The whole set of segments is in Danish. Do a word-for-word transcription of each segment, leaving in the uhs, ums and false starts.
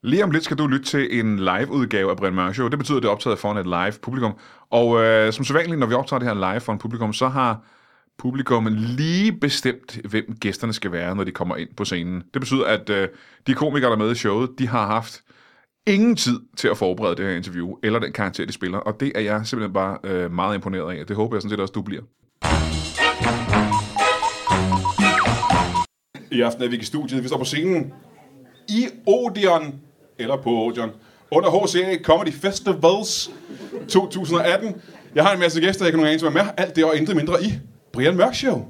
Lige om lidt skal du lytte til en live-udgave af Brian Mørk Show. Det betyder, at det er optaget foran et live publikum. Og øh, som sædvanligt, når vi optager det her live foran publikum, så har publikummet lige bestemt, hvem gæsterne skal være, når de kommer ind på scenen. Det betyder, at øh, de komikere, der er med i showet, de har haft ingen tid til at forberede det her interview, eller den karakter, de spiller. Og det er jeg simpelthen bare øh, meget imponeret af. Det håber jeg sådan set også, du bliver. I aften er vi i studiet. Vi står på scenen i Odeon, eller på Odeon, under H C A Comedy Festivals to tusind og atten. Jeg har en masse gæster, jeg kan nogle gange være med. Alt det og intet mindre i Brian Mørk Show.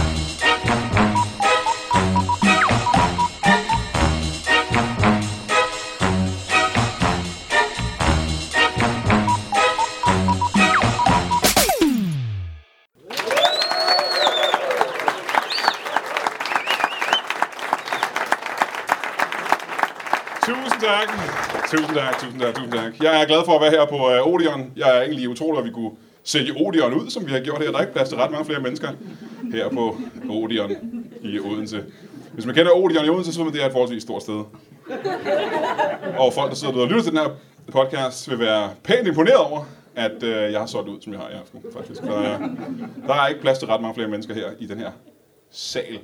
Tak. Tusind tak, tusind tak, tusind tak. Jeg er glad for at være her på uh, Odeon. Jeg er egentlig utrolig, at vi kunne sælge Odeon ud, som vi har gjort her. Der er ikke plads til ret mange flere mennesker her på Odeon i Odense. Hvis man kender Odeon i Odense, så ved man, det er et forholdsvis stort sted. Og folk, der sidder og lytter til den her podcast, vil være pænt imponeret over, at uh, jeg har solgt ud, som jeg har i aften, faktisk. Der er, der er ikke plads til ret mange flere mennesker her i den her sal.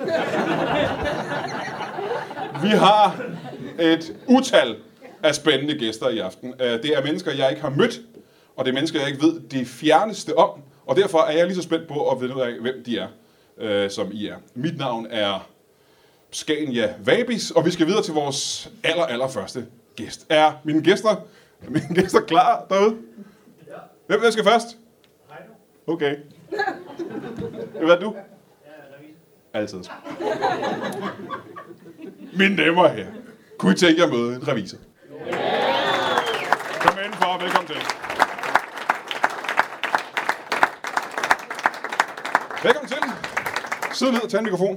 Vi har et utal af spændende gæster i aften. Det er mennesker, jeg ikke har mødt, og det er mennesker, jeg ikke ved det fjerneste om. Og derfor er jeg lige så spændt på at finde ud af, hvem de er, øh, som I er. Mit navn er Scania Vabis, og vi skal videre til vores aller, aller første gæst. Er mine gæster, er mine gæster klar derude? Ja. Hvem der skal først? Hej du. Okay. Hvad er du? Ja, altid. Mine damer og herrer, kunne I tænke jer at møde en revisor? Yeah. Kom indenfor, og velkommen til. Velkommen til. Sid ned og tag en mikrofon.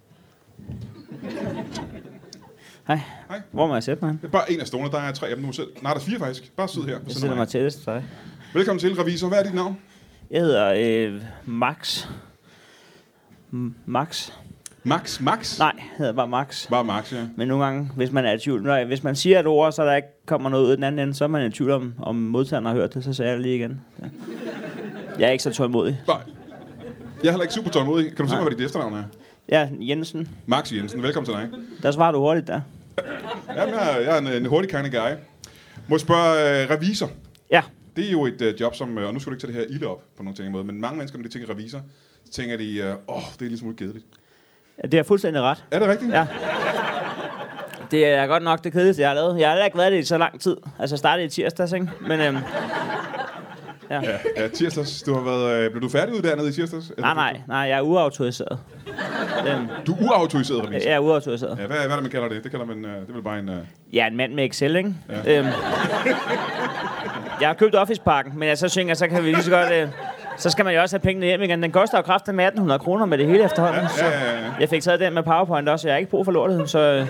Hej. Hej. Hvor må jeg sætte mig? Det er bare en af stolene, der er tre af dem nu selv. Nej, der er fire faktisk. Bare sid her. Jeg sætter mig tættest for dig. Velkommen til, revisor. Hvad er dit navn? Jeg hedder øh, Max. M- Max. Max? Max? Nej, jeg hedder bare Max. Bare Max, ja. Men nogle gange, hvis man er i tvivl, nej, hvis man siger et ord, så der ikke kommer noget ud af den anden ende, så er man i tvivl om, om modtageren har hørt det, så siger jeg det lige igen. Ja. Jeg er ikke så tålmodig. Nej. Jeg er heller ikke super tålmodig. Kan du se mig, hvad dit efternavn er? Ja, Jensen. Max Jensen. Velkommen til dig. Der svarer du hurtigt der. Jamen, jeg er, jeg er en, en hurtig kind of guy. Må jeg spørge, uh, revisor? Ja. Det er jo et uh, job, som, uh, og nu skal du ikke tage det her ilde op på nogle ting måde, men mange mennesker, når de tænker revisor, så tænker de, åh, uh, oh, det er ligesom kedeligt. Ja, det er fuldstændig ret. Er det rigtigt? Ja. Det er godt nok det kedeligste, jeg har lavet. Jeg har ikke været det i så lang tid. Altså, jeg startede i tirsdags, ikke? Men, øhm, ja. Ja, ja, tirsdags. Du har været, øh, blev du færdiguddannet i tirsdags? Nej, nej, nej, jeg er uautoriseret. Øhm, du er uautoriseret, revisor? Jeg er uautoriseret. Ja, hvad, hvad er det, man kalder det? Det kalder man, øh, det er vel bare en... Øh... Ja, en mand med Excel, ikke? Ja. Øhm, jeg har købt Office-pakken, men jeg så tænker, så kan vi lige så godt... Øh, så skal man jo også have pengene hjem igen. Den koster jo kraftigt med atten hundrede kroner med det hele efterhånden. Ja, ja, ja, ja. Jeg fik taget den med PowerPoint også, jeg har ikke brug for lortet, så... Øh.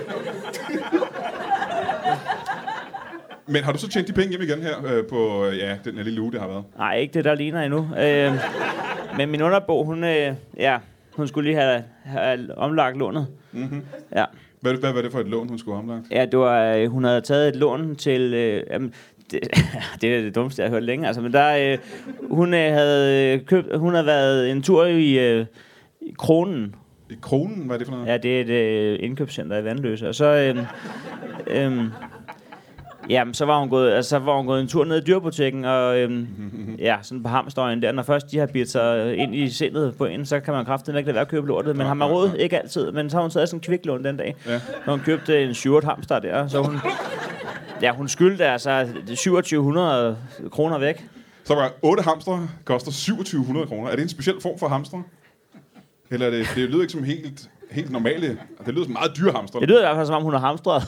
Men har du så tjent de penge hjem igen her øh, på øh, ja, den her lille uge, det har været? Nej, ikke det, der ligner endnu. Øh, men min underbo, hun, øh, ja, hun skulle lige have, have omlagt lånet. Mm-hmm. Ja. Hvad, hvad var det for et lån, hun skulle have omlagt? Ja, det var, øh, hun havde taget et lån til... Øh, jamen, det, det er det dummeste, jeg har hørt længe. Altså, men der, øh, hun, øh, havde købt, hun havde været en tur i, øh, i Kronen. I Kronen? Hvad er det for noget? Ja, det er et øh, indkøbscenter i Vandløse. Og så... Øh, øh, Jamen, så var hun gået, altså, så var hun gået en tur ned i dyrbutikken, og øhm, ja, sådan på hamstøjen der. Når først de har bidt sig ind i sindet på en, så kan man kraftigt ikke lade være at købe lortet. Men har man råd? Ikke altid. Men så har hun taget sådan en kviklån den dag. Ja. Når hun købte en syv hamster der, så hun... Ja, hun skyldte altså syvogtyve hundrede kroner væk. Så var otte hamstre koster syvogtyve hundrede kroner. Er det en speciel form for hamstre? Eller er det, det lyder ikke som helt, helt normale... Det lyder som meget dyre hamstre. Det lyder i hvert fald, som om hun har hamstret.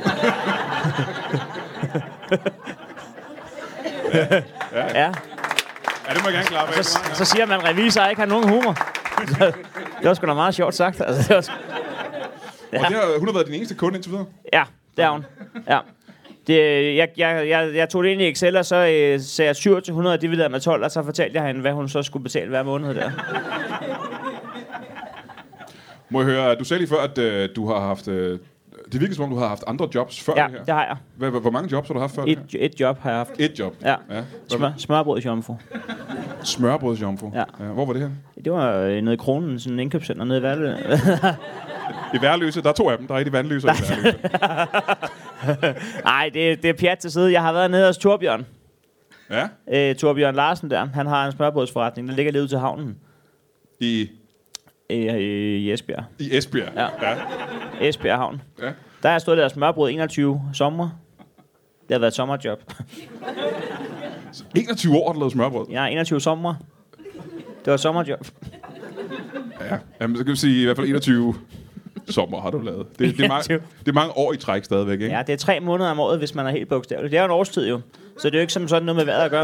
ja. Ja. Ja, det må jeg gerne klare bag. Så, så siger man, at revisor ikke har nogen humor. Det var sgu da meget sjovt sagt. Altså, det var sgu... Ja. Og det har, hun har været din eneste kunde indtil videre? Ja, det er hun. Ja. Det, jeg, jeg, jeg, jeg tog det ind i Excel, og så øh, sagde jeg syvogtyve hundrede divideret med tolv, og så fortalte jeg hende, hvad hun så skulle betale hver måned der. Må jeg høre, du sagde lige før, at øh, du har haft... Øh, Det virker som om, du har haft andre jobs før Ja, det her. det har jeg. Hvor, hvor mange jobs har du haft før Et, det her? et job har jeg haft. Et job? Ja. ja. Smør, smørbrødsjomfru. Smørbrødsjomfru? Ja. ja. Hvor var det her? Det var øh, nede i Kronen, sådan en indkøbscenter nede i Værløse. I Værløse. Der er to af dem. Der er et i Vandløse og et i Værløse. Nej, det, det er pjat til side. Jeg har været nede hos Torbjørn. Ja? Øh, Torbjørn Larsen der. Han har en smørbrødsforretning, der ligger lige ud til havnen. I? I, i, i Esbjerg. I Esbjerg? Ja. ja. Esbjerg Havn. Ja. Der har jeg stået der smørbrød enogtyve sommer. Det har været et sommerjob. enogtyve år har du lavet smørbrød? Ja, enogtyve sommer. Det var et sommerjob. Ja. Jamen, så kan vi sige, i hvert fald enogtyve sommer har du lavet. Det, det, er mange, det er mange år i træk stadigvæk, ikke? Ja, det er tre måneder om året, hvis man er helt bogstavelig. Det er jo en årstid jo. Så det er jo ikke som sådan noget med vejret at gøre.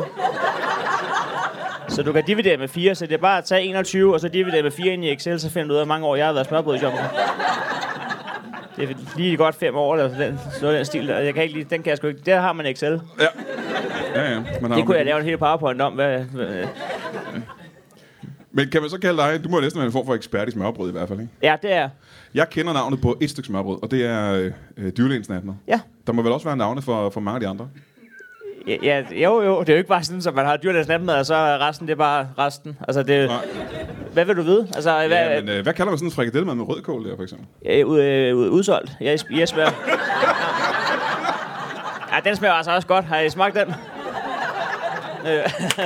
Så du kan dividere med fire, så det er bare at tage enogtyve, og så dividere med fire ind i Excel, så finder du ud af, hvor mange år jeg har været smørbrødsjob. Det er lige godt fem år, eller den, sådan den stil der. Jeg kan ikke lide, den kan jeg sgu ikke. Der har man Excel. Ja. Ja, ja. Man har Det kunne jeg lave en hel PowerPoint om. Hvad, hvad. Men kan man så kalde dig, du må næsten være en form for ekspert i smørbrød i hvert fald, ikke? Ja, det er. Jeg kender navnet på et stykke smørbrød, og det er øh, dyrlægens natmad. Ja. Der må vel også være navne for, for mange af de andre? Ja, ja, jo, jo. Det er jo ikke bare sådan, at man har dyrlægens natmad, og så er resten, det er bare resten. Altså, det... Nej. Hvad vil du vide? Altså, hvad... Ja, men øh, hvad kalder man sådan en frikadelle med rødkål der, for eksempel? Øh, ud, øh, udsolgt. Ja, i Esbjerg. Ja, den smager altså også godt. Har I smagt den? Øh.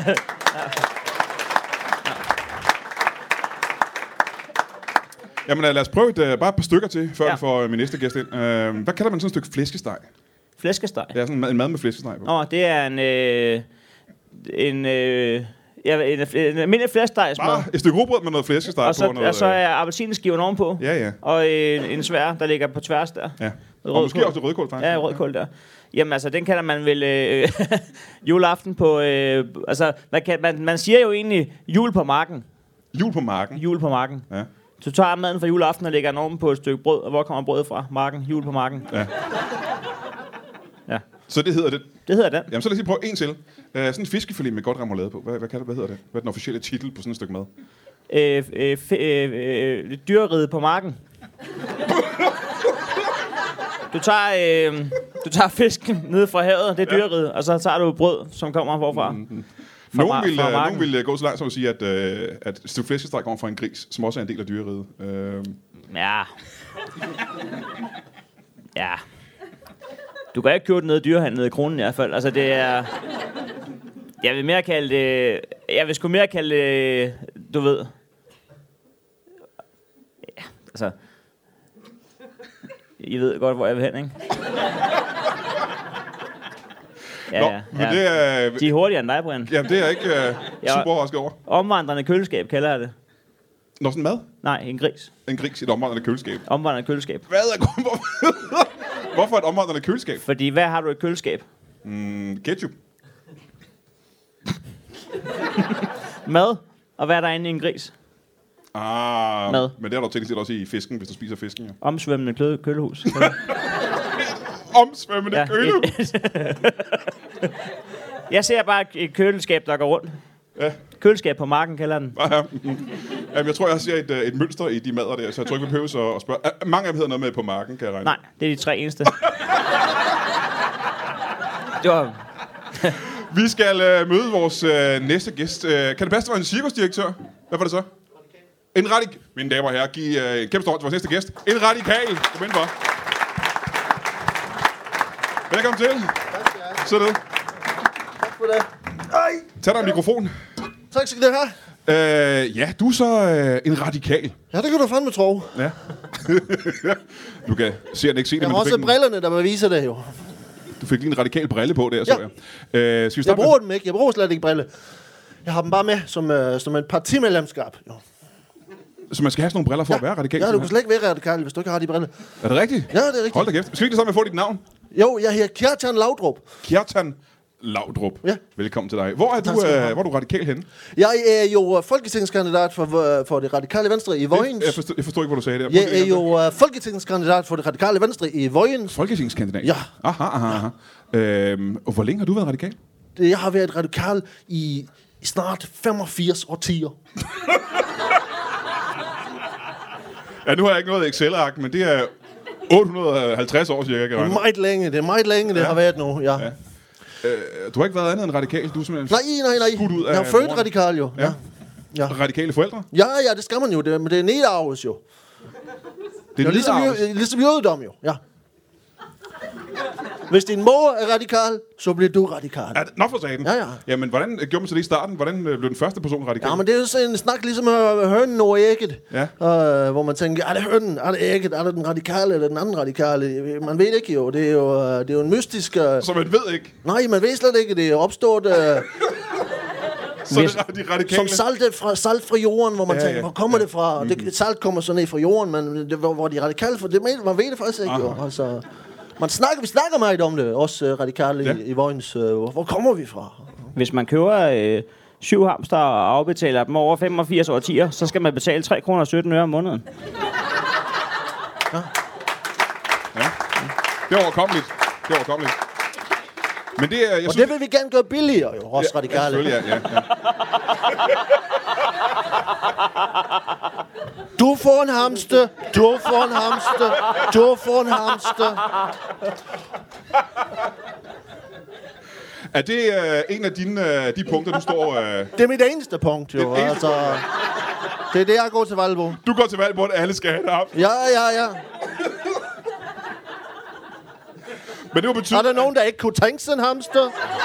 Jamen lad os prøve et, uh, bare et par stykker til, før Ja. vi får min næste gæst ind. Uh, hvad kalder man sådan et stykke flæskesteg? Flæskesteg? Ja, sådan en mad, en mad med flæskesteg på. Åh, det er en... Øh, en... Øh, ja, en, en almindelig flæskesteg. Bare et stykke rugbrød med noget flæskesteg og så, på. Noget, og så er appelsinskiven ovenpå. Ja, ja. Og en, en svær, der ligger på tværs der. Ja. Rødkål. Og måske også rødkål, faktisk. Ja, rødkål der. Jamen altså, den kalder man vel øh, juleaften på... Øh, altså, man, kan, man, man siger jo egentlig jul på marken. Jul på marken? Jul på marken. Ja. Så du tager maden fra juleaften og lægger den oven på et stykke brød. Og hvor kommer brødet fra? Marken. Jul på marken. Ja. Ja. Så det hedder det? Det hedder den. Jamen, så lad os lige prøve en til. Uh, sådan en fiskefilet med godt remoulade på. Hvad, hvad, kalder, hvad hedder det? Hvad er den officielle titel på sådan et stykke mad? Øh, øh, f- øh, øh, dyreriget på marken. Du tager, øh, du tager fisken ned fra havet, det er dyreriget, og så tager du brød, som kommer hvorfra? Mm-hmm. Fra Nogen mar- vil, fra uh, marken. nogen vil uh, gå så langt som at sige, at, uh, at et stykke flæskesteg kommer fra en gris, som også er en del af dyreriget. Uh, Ja. Ja. Du kan ikke købe det nede i dyrehandlet i Kronen i hvert fald. Altså, det er... Jeg vil mere kalde det... Jeg vil sgu mere kalde det... Du ved... Ja, altså... I ved godt, hvor jeg vil hen, ikke? Ja, Nå, ja, men ja. det er... De er hurtigere end dig, Brian. Jamen, det er jeg ikke uh, Ja. super overrasket over. Omvandrende køleskab kalder jeg det. Nå, sådan mad? Nej, en gris. En gris i et omvandrende køleskab. Omvandrende køleskab. Hvad er grunden? Hvorfor et omvandrende køleskab? Fordi, hvad har du i et køleskab? Mm, ketchup. Mad. Og hvad er der inde i en gris? Ah, Mad. men det er der teknisk set også i fisken, hvis du spiser fisken, ja. Omsvømmende kø- kølehus. Omsvømmende Ja, køle. Jeg ser bare et køleskab, der går rundt. Ja. Køleskab på marken, kalder den. Ah, ja. Mm. Jamen, jeg tror, jeg ser et, øh, et mønster i de mader der, så jeg tror ikke, vi behøver at, at spørge. Ah, mange af dem hedder noget med på marken, kan jeg regne. Nej, det er de tre eneste. Det var... Vi skal øh, møde vores øh, næste gæst. Øh, kan det passe, det var en cirkusdirektør? Hvad var det så? En radik... Mine damer og herrer, giv øh, en kæmpe stor til vores næste gæst. En radikal. Kom ind for. Velkommen til. Tak skal jeg. Sid ned. Tak for det. Ej. Tag dig en mikrofon. Tak skal du have. Øh, ja, du er så øh, en radikal. Ja, det kan du fandme tro. Ja. Du kan se, at ikke se det, Jeg men har du fik, også en, brillerne, der beviser det jo. du fik lige en radikal brille på der, så Ja. jeg. Øh, skal vi Jeg starte bruger med? dem ikke. Jeg bruger slet ikke brille. Jeg har dem bare med som, uh, som et partimedlemskab. Jo. Så man skal have sådan nogle briller for ja. at være radikal? Ja, du sådan kan slet ikke være radikal, hvis du ikke har de briller. her? Er det rigtigt? Ja, det er rigtigt. Hold da kæft. Skal vi ikke det sammen med at få dit navn? Jo, jeg hedder Kjartan Laudrup. Kjartan Laudrup. Ja. Velkommen til dig. Hvor er Tak du, skal du øh, have. hvor er du radikal henne? Jeg er jo uh, folketingskandidat for, uh, for det radikale venstre i Vojens. Jeg forstår, jeg forstår ikke, hvad du sagde der. Prøv Jeg lige er at- jo uh, folketingskandidat for det radikale venstre i Vojens. Folketingskandidat? Ja. Aha, aha, aha. Øhm, og hvor længe har du været radikal? Det- Jeg har været radikal i i snart femogfirs årtier. Ja, nu har jeg ikke noget Excel-ark, men det er otte hundrede og halvtreds år cirka, kan Det er meget længe, det er meget længe, det Ja. har været nu, ja. Ja. Øh, du har ikke været andet end radikal, du er simpelthen Nej, nej, nej. skudt ud af Jeg er født moren. radikal jo. Ja. Ja. Radikale forældre? Ja, ja, det skal man jo, det, men det er nedarves jo. Det Det er ligesom, nedarves. jø- ligesom jødedom jo, ja. Hvis din mor er radikal, så bliver du radikal. Ja, nå for satan. Ja, ja. Jamen, hvordan gjorde man så det i starten? Hvordan øh, blev den første person radikal? Ja, men det er jo sådan en snak ligesom øh, hønen over ægget. Ja. Øh, hvor man tænker, er det hønen, er det ægget, er det den radikale eller den anden radikale? Man ved ikke jo, det er jo, øh, det er jo en mystisk... Øh, Så man ved ikke, nej, man ved slet ikke, det er opstået... Øh, så er det de radikale. som salt fra, salt fra jorden, hvor man Ja, ja, tænker, ja. hvor kommer det fra? Mm-hmm. Det, salt kommer så ned fra jorden, men det, hvor, hvor de radikale fra, det, man ved det faktisk ikke jo. Altså, man snakker, vi snakker meget om det, også uh, radikale Ja. i, i Vojens. Uh, hvor, hvor kommer vi fra? Hvis man køber øh, syv hamster og afbetaler dem over femogfirs årtier, så skal man betale tre kroner og sytten øre om måneden. Ja. Det er overkommeligt. Det er overkommeligt. Men det er... Jeg Og synes, det vil vi gerne gøre billigere jo, også ja, radikale. selvfølgelig, ja, ja, ja. Du får en hamster, du får en hamster, du får en hamster. Er det øh, en af dine, øh, de punkter, du står... Øh, Det er mit eneste punkt jo. Det eneste Altså, det er det, jeg går til valg på. du går til valg på, at alle skal have det op. Ja, ja, ja. Men det vil betyde... Er der nogen, der ikke kunne tænke sig en hamster?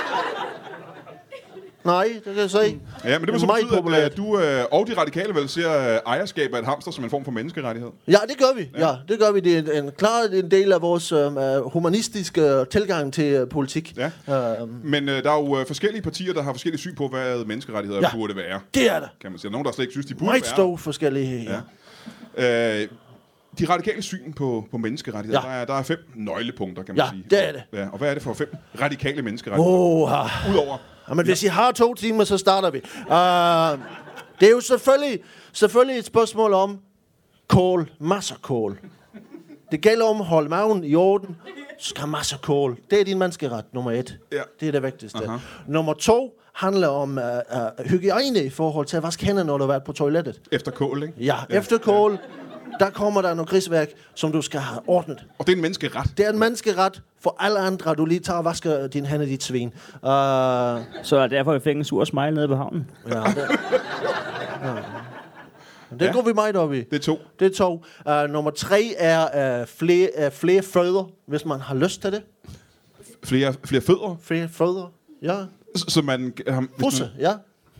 Nej, det kan jeg se. Ja, men det vil er så meget betyde, populært. at øh, du øh, og de radikale vel ser øh, ejerskab af et hamster som en form for menneskerettighed. Ja, det gør vi. Ja, det gør vi. Det er en, en klar en del af vores øh, humanistiske tilgang til øh, politik. Ja. Øh, Men øh, der er jo øh, forskellige partier, der har forskellige syn på, hvad menneskerettigheder Ja. burde være. det er der. Kan man sige. Nogen, der slet ikke synes, de burde Meget være. stor forskellighed. Ja. Ja. Øh, de radikale syn på, på menneskerettigheder, Ja. der, er, der er fem nøglepunkter, kan man Ja, sige. det er det. Ja, og hvad er det for fem radikale menneskerettigheder? Oh, Udover... ja, men hvis I har to timer, så starter vi. Uh, det er jo selvfølgelig, selvfølgelig et spørgsmål om kål. Masser kål. Det gælder om at holde maven i orden. Så skal have masser kål. Det er din menneskeret, nummer et. Ja. Det er det vigtigste. Aha. Nummer to handler om uh, uh, hygiejne i forhold til at vaske hænder, når du har været på toilettet. Efter kål, ikke? Ja, ja. Efter kål, der kommer der noget grisværk, som du skal have ordnet. Og det er en menneskeret. Det er en menneskeret for alle andre, du lige tager og vasker din hænder, dit svin. Uh, Så er derfor, vi fik en sur smile nede ved havnen. ja, det, ja. Det Ja. går vi meget op i. Det er to. Det er to. Uh, nummer tre er uh, flere, uh, flere fødder, hvis man har lyst til det. Flere, flere fødder, Flere fødder, ja. så, så man... øh, hvis Fusse, man ja.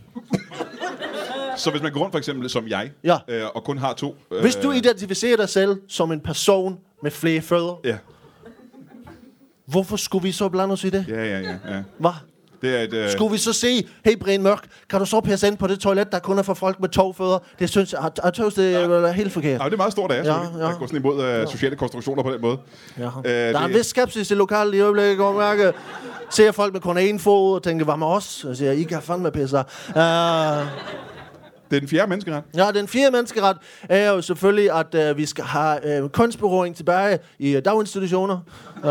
så hvis man går rundt for eksempel som jeg, Ja. øh, og kun har to... Øh, Hvis du identificerer dig selv som en person med flere fødder, Ja, hvorfor skulle vi så blande os i det? ja, ja, ja. ja. Hvad? Det er et... Øh, Skulle vi så sige, hey Brian Mørk, kan du så pisse ind på det toilet, der kun er for folk med to fødder? Det synes jeg, jeg tøvs, det er helt forkert. ja, det er meget stort af jer, Ja, ja, ja. ja. At gå sådan imod øh, sociale konstruktioner på den måde. Ja. Øh, Der er en det- vis skepsis i lokalet i øjeblikket, og mærke. Ser folk med kun én fod og tænker, hvad med os? Og siger, I kan fandme pisse. Uh, Det er den fjerde menneskeret. ja, den fjerde menneskeret er jo selvfølgelig, at uh, vi skal have uh, kunstberøring tilbage i uh, daginstitutioner. Uh,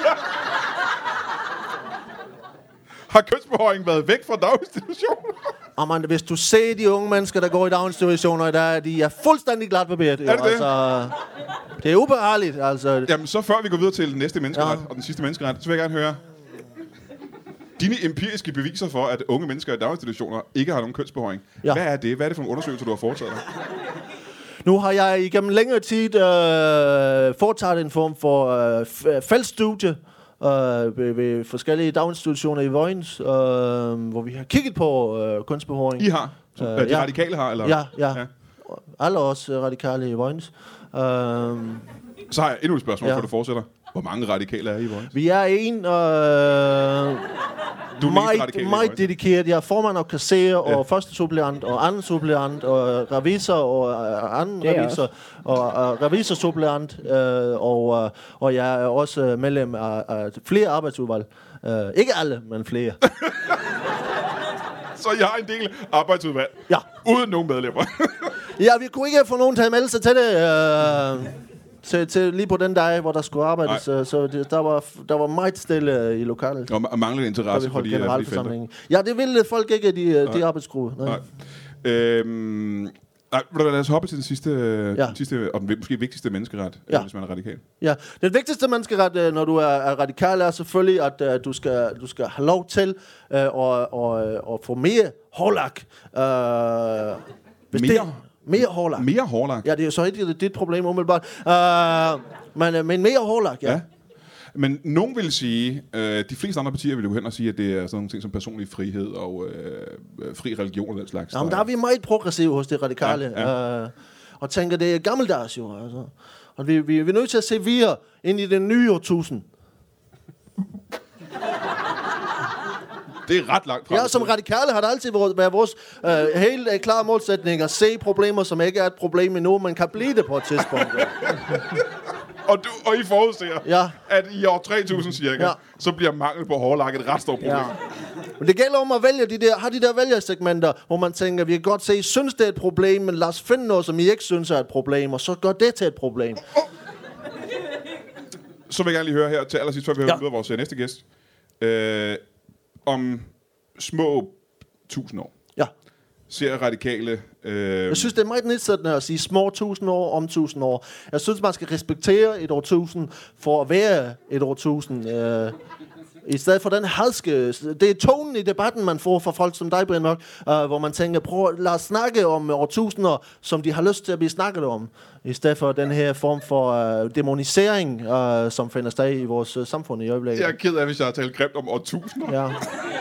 Har kønsbehøring været væk fra daginstitutionen? og man, hvis du ser de unge mennesker, der går i daginstitutioner i dag, de er fuldstændig glat barberet. Er det det? Altså, det er ubehageligt, altså. Jamen, så før vi går videre til den næste menneskeret, Ja. ja. og den sidste menneskeret, så vil jeg gerne høre dine empiriske beviser for, at unge mennesker i daginstitutioner ikke har nogen kønsbehøring. Ja. Hvad er det? Hvad er det for nogle undersøgelser, du har foretaget dig? Nu har jeg igennem længere tid øh, foretaget en form for øh, f- feltstudie øh, ved, ved forskellige daginstitutioner i Vojens, øh, hvor vi har kigget på øh, kunstbehåring. I har? Som, Øh, øh, de ja. radikale har? Eller? Ja, ja, Ja. ja. Alle os øh, radikale i Vojens. Øh, Så har jeg endnu et spørgsmål, Ja. ja. før du fortsætter. Hvor mange radikale er I i Vojens? vi er en øh, Du er den eneste radikale meget, i meget Vojens. dedikeret. Jeg er formand og kasserer, Ja. og første suppleant, og anden suppleant, og revisor, og øh, anden Det er jeg revisor, og uh, revisorsuppleant, øh, og, uh, og jeg er også medlem af, af flere arbejdsudvalg. Uh, ikke alle, men flere. Så jeg har en del arbejdsudvalg. Ja. Uden nogen medlemmer. Ja, vi kunne ikke få nogen til at melde sig til det. Uh, til, til lige på den dag, hvor der skulle arbejdes. Så, så det, der, var, der var meget stille i lokalet. Og ma- manglende Da vi interesse for holdt de, øh, for de felter. generalforsamling. Ja, det ville folk ikke, de, de arbejdsgrupper. Nej. Nej. Øhm, Nej, lad os hoppe til den sidste, Ja. den sidste og den måske vigtigste menneskeret, Ja. hvis man er radikal. Ja, den vigtigste menneskeret, når du er, er radikal, er selvfølgelig, at uh, du, skal, du skal have lov til uh, at, og, og få mere hårlak. Uh, hvis Mere? Det, mere hårlak. Mere hårlagt? Ja, det er jo så ikke dit problem umiddelbart. Uh, men, men mere hårlak, ja. Ja. Men nogen vil sige, øh, de fleste andre partier vil jo hen og sige, at det er sådan nogle ting som personlig frihed og øh, fri religion og den slags. Jamen, der er vi meget progressive hos det radikale. Ja, ja. Uh, og tænker, det er gammeldags jo. Altså. Og vi, vi, vi er nødt til at se videre ind i den nye årtusind. Det er ret langt frem. Ja, som radikale har det altid været vores uh, helt uh, klare målsætning at se problemer, som ikke er et problem endnu, men kan blive det på et tidspunkt. Og, du, og I forudser, Ja. at i år tre tusind cirka, Ja. så bliver mangel på hårlak et ret stort problem. Ja. Men det gælder om at vælge de der, har de der vælgersegmenter, hvor man tænker, vi kan godt se, I synes det er et problem, men lad os finde noget, som I ikke synes er et problem, og så gør det til et problem. Så vil jeg gerne lige høre her til allersidst, før vi hører Ja. videre vores øh, næste gæst. Øh, om små tusind år Ja. ser radikale... Øh, Jeg synes, det er meget nedsættende at sige små tusind år om tusind år. Jeg synes, man skal respektere et årtusind for at være et årtusind. Øh, I stedet for den hadske... Det er tonen i debatten, man får fra folk som dig, Brian Mørk, øh, hvor man tænker, prøv lad os snakke om årtusinder, som de har lyst til at blive snakket om. I stedet for den her form for øh, demonisering, øh, som finder sted i vores øh, samfund i øjeblikket. jeg er ked af, hvis jeg har talt grimt om årtusinder. Ja.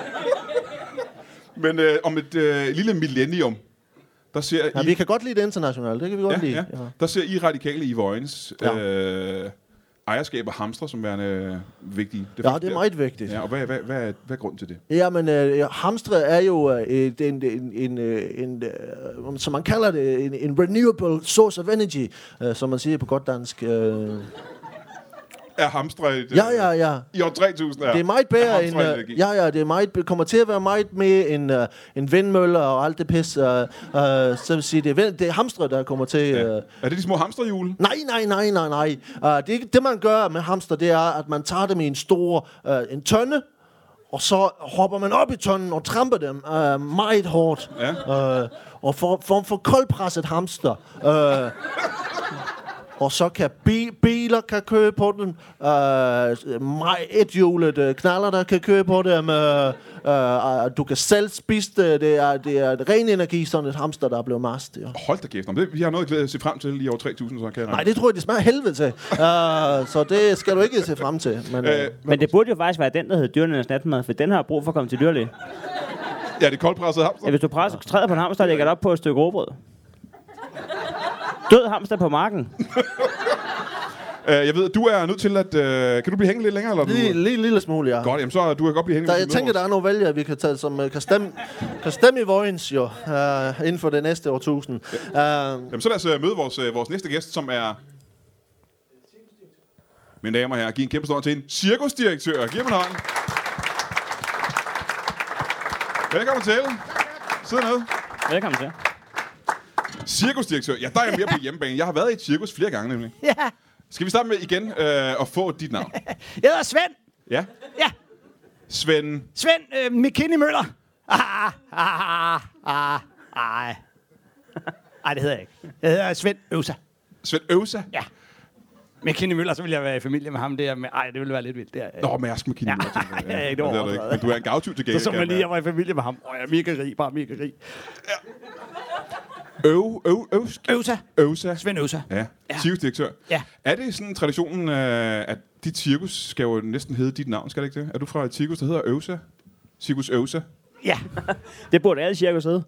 Men øh, om et øh, lille millennium, der ser Ja, I... vi kan godt lide det internationalt, det kan vi godt ja, lide. ja. Ja. Der ser I radikale i Vojens Ja. øh, ejerskab af hamstre som værende vigtige. Ja, faktisk det er meget vigtigt. Ja, og hvad, hvad, hvad, er, hvad er grunden til det? Ja, men øh, hamstre er jo øh, en, en, en, øh, en øh, som man kalder det, en, en renewable source of energy, øh, som man siger på godt dansk. Øh. Er hamstre et, Ja, ja, ja. i år tre tusind er, Det er meget bedre end, hamstre øh, energi? ja, ja, det er meget, det kommer til at være meget mere end, øh, end vindmøller og alt det pis. Øh, øh, så vil sige, det er, vind- det er hamstre, der kommer til... Øh, Ja. Er det de små hamsterhjul? Nej, nej, nej, nej, nej. Uh, det, det, man gør med hamster, det er, at man tager dem i en stor uh, en tønde, og så hopper man op i tønden og tramper dem uh, meget hårdt. Ja. Uh, og for, for, for koldpresset hamster. Uh, og så kan bi- biler kan køre på den. Uh, meget ethjulet uh, knaller, der kan køre på dem. Uh, uh, du kan selv spise det. Det er, det er et ren energi, sådan et hamster, der er blevet mast. Ja. Hold da kæft. Nå, det, vi har noget at glæde- se frem til i år tre tusind, så kan jeg Nej, det tror jeg, det smager helvede til. Uh, så det skal du ikke se frem til. Men, uh, Øh, Men det burde jo faktisk være den, der hedder dyrenes natmad, for den har brug for at komme til dyrlæge. ja, det er koldpresset hamster. Ja, hvis du presser, træder på en hamster og lægger det op på et stykke råbrød. Død hamster på marken. Øh, jeg ved, du er nødt til at... Øh, kan du blive hængende lidt længere? Eller er du... lige, lige lille smule, ja. Godt, jamen så du kan godt blive hængende. Der, hvis jeg du tænker, møder der er nogle vælgere, vi kan tage, som uh, kan, stemme, kan stemme i Vojens, jo, uh, inden for det næste årtusind. Uh, os. Jamen så lad os øh, møde vores, øh, vores næste gæst, som er... Mine damer og herrer, giv en kæmpe stor til en cirkusdirektør. Giv ham en hånd. Velkommen til. Sid ned. Velkommen til. Cirkusdirektør. Ja, der er jeg mere på hjemmebane. Jeg har været i et cirkus flere gange, nemlig. Ja, Skal vi starte med igen øh, at få dit navn? jeg hedder Svend. Ja. Ja, Svend. Svend øh, McKinney Møller. Ah, ah, ah, ah, ah. Ej, det hedder jeg ikke. Jeg hedder Svend Øvsa. Svend Øvsa. Ja. McKinney Møller, så vil jeg være i familie med ham der. Men ej, det ville være lidt vildt. Det er, Nå, Mærsk McKinney. Ja. Ja, Ja, det var det er du ikke. Men du er en gavtyv til gengæld. så så kan man lige, jeg jeg var i familie med ham. Åh, jeg er mega rig, bare mega rig. mærke. Øv, øv, øvsk. Øvsa. Øvsa. Svend Øvsa. Ja, Ja. cirkusdirektør. Ja. Er det sådan traditionen, øh, at dit cirkus skal jo næsten hedde dit navn, skal det ikke det? Er du fra et cirkus, der hedder Øvsa? Cirkus Øvsa? Ja. Det burde alle cirkus hedde.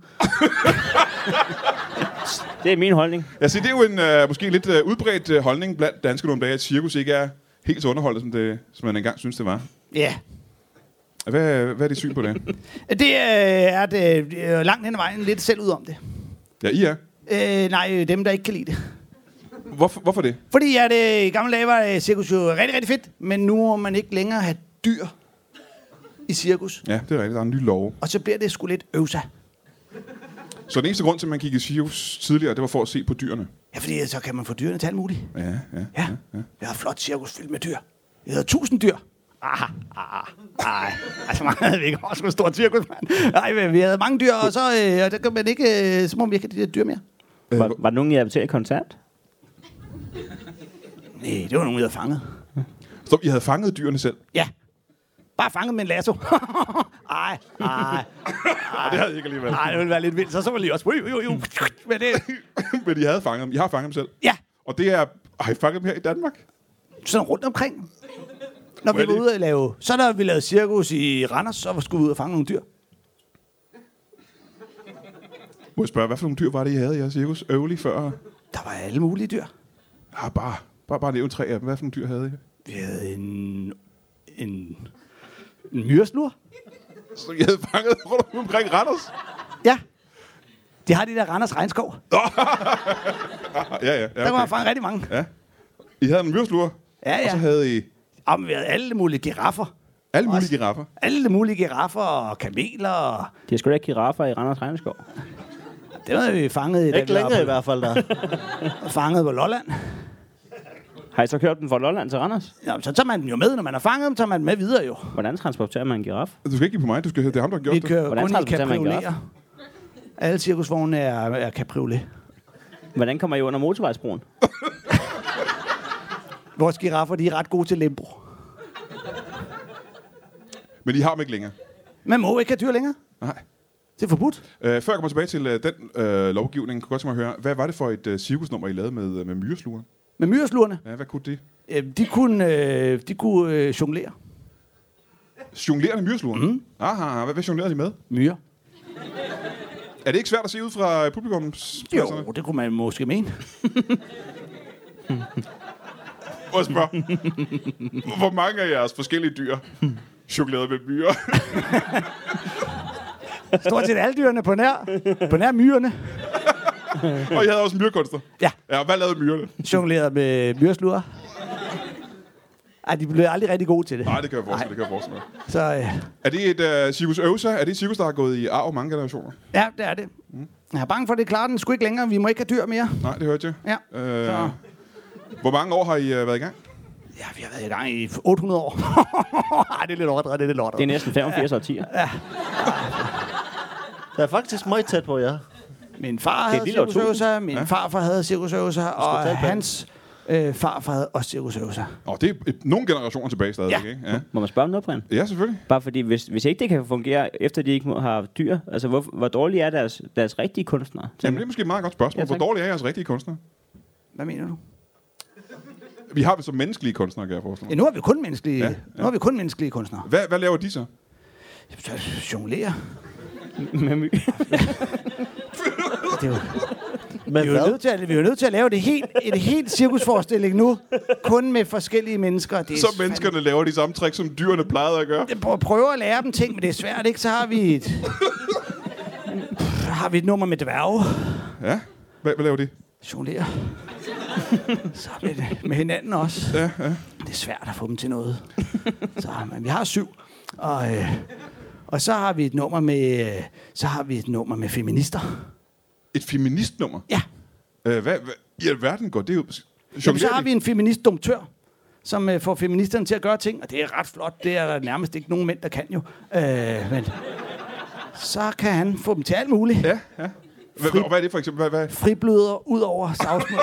Det er min holdning. Ja, se, det er jo en øh, måske lidt øh, udbredt øh, holdning blandt danskere nogle dage, at cirkus ikke er helt så underholdet, som, det, som man engang synes, det var. Ja. Hvad, hvad er dit syn på det? Det øh, er det, øh, langt hen ad vejen lidt selv ud om det. Ja, I er. Øh, nej, dem der ikke kan lide det. Hvorfor, hvorfor det? Fordi at, øh, i gamle dage var øh, cirkus jo rigtig, rigtig fedt, men nu må man ikke længere have dyr i cirkus. Ja, det er rigtigt. Der er en ny lov. Og så bliver det sgu lidt øvsa. Så den eneste grund til, at man kiggede cirkus tidligere, det var for at se på dyrene. Ja, fordi så kan man få dyrene til alt muligt. Ja, ja, Ja, ja. jeg har et flot cirkus fyldt med dyr. Jeg havde tusind dyr. Ah, ah, ah. Altså, mange havde vi ikke også et stort cirkus, mand. Nej, men vi havde mange dyr, og så, øh, og der kan man ikke, øh, så må man ikke have de der dyr mere. Var, var der nogen, I havde betalt koncert? Nej, det var nogen, jeg havde fanget. Så I havde fanget dyrene selv? Ja. Bare fanget med en lasso. Ej, ej. Det havde I ikke alligevel. Nej, det ville være lidt vildt. Så så var lige også... Jo, jo, jo. Men det... Men I havde fanget dem. I har fanget dem selv? Ja. Og det er... Har I fanget dem her i Danmark? Sådan rundt omkring. Når Må vi jeg var lige- ude at lave... Så når vi lavede cirkus i Randers, så skulle vi ud og fange nogle dyr. Må jeg spørge, hvad for nogle dyr var det, I havde i jeres cirkus øvelig før? Der var alle mulige dyr. Ja, bare, bare, bare nævne tre af dem. Hvad for nogle dyr havde I? Vi havde en... En... En myreslur. Så I havde fanget rundt omkring Randers? Ja. De har de der Randers regnskov. Ja, ja. ja Der kunne man okay. fange rigtig mange. Ja. I havde en myreslur, Ja, ja. og så havde I Og vi havde alle mulige giraffer. alle mulige Også. giraffer. Alle mulige giraffer og kameler. Og... De har sgu da ikke giraffer i Randers Regnskov. Det havde vi fanget, da Ikke vi var længere i på, hvert fald, der. fanget på Lolland. Har I så kørt den fra Lolland til Randers? Jamen, så tager man den jo med. Når man har fanget dem, tager man den med videre jo. Hvordan transporterer man en giraf? Du skal ikke give på mig, du skal, det er ham, der har gjort Vi det. kører Hvordan kun i transporterer man en giraf? cabrioleter. Alle cirkusvogne er, er cabriolet. Hvordan kommer I under motorvejsbroen? Vores giraffer, de er ret gode til limbo. Men I har dem ikke længere. Man må ikke have dyr længere. Nej. Det er forbudt. Øh, før jeg kommer tilbage til øh, den øh, lovgivning, kunne jeg godt tænke mig at høre, hvad var det for et øh, cirkusnummer, I lavede med, øh, med myreslugeren? Med myreslurene, Ja, hvad kunne det? øh, de kunne, øh, de kunne øh, jonglere. Jonglerende myresluger? Mm. Aha, hvad, hvad jonglerede de med? Myre. Er det ikke svært at se ud fra øh, publikumspladserne? Jo, det kunne man måske mene. Må jeg spørge, hvor mange af jeres forskellige dyr jonglerede med myrer? Stort set alle dyrene på nær, på nær myrerne. Og I havde også myrekunster? Ja. Ja, og hvad lavede myrerne? Jongleret med myreslure. Ej, de blev aldrig rigtig gode til det. Nej, det kan jeg forestille, det kan jeg forestille mig. Så øh, Er det et uh, cirkus Øvsa? Er det et cirkus, der har gået i arv mange generationer? ja, det er det. Jeg er bange for, at det klarer den sgu ikke længere. Vi må ikke have dyr mere. Nej, det hørte jeg. Ja. Øh, Så. hvor mange år har I uh, været i gang? Ja, vi har været i gang i otte hundrede år. Ej, det er lidt overdrevet, det er lidt lort. Det er næsten femogfirs årtier. Det er faktisk meget tæt på, ja. Min far Det er havde lille cirkusøvelser, min ja. farfar havde cirkusøvelser, og tale bag. hans øh, farfar havde også cirkusøvelser. Åh, det er et, nogle generationer tilbage stadigvæk, Ja. ikke? Ja. Må man spørge om noget, Brian? Ja, selvfølgelig. Bare fordi, hvis, hvis ikke det kan fungere, efter de ikke må have dyr, altså hvor, hvor dårlige er deres, deres rigtige kunstnere? Jamen, det er måske et meget godt spørgsmål. Ja, Hvor tak. dårlige er jeres rigtige kunstnere? Hvad mener du? Vi har vel som menneskelige kunstnere, kan jeg forestille Ja, mig. nu har vi kun menneskelige, Ja, ja, ja. ja. Nu har vi kun menneskelige kunstnere. Hvad, hvad laver de så? Så jonglere. Med my. Det er jo, Men vi, er jo hvad? nødt til at, vi er jo nødt til at lave det helt, et helt cirkusforestilling nu, kun med forskellige mennesker. Det er Så menneskerne laver de samme trick, som dyrene plejede at gøre. Jeg prøver- prøver at lære dem ting, men det er svært, ikke? Så har vi et, har vi et nummer med dværge. Ja. Hvad, hvad laver de? Jonglere. Så har vi det med hinanden også. Ja, ja. Det er svært at få dem til noget. Så, men vi har syv. Og, øh, og så har vi et nummer med, øh, så har vi et nummer med feminister. Et feministnummer? Ja. Øh, hvad, hvad i alverden går det ud? Jamen, så har vi en feministdomtør, som øh, får feministerne til at gøre ting, og det er ret flot. Det er der nærmest ikke nogen mænd, der kan jo. Øh, men så kan han få dem til alt muligt. Ja, ja. Hvad, Fri- og hvad er det for eksempel? Hvad, hvad? Fribløder ud over savsmål.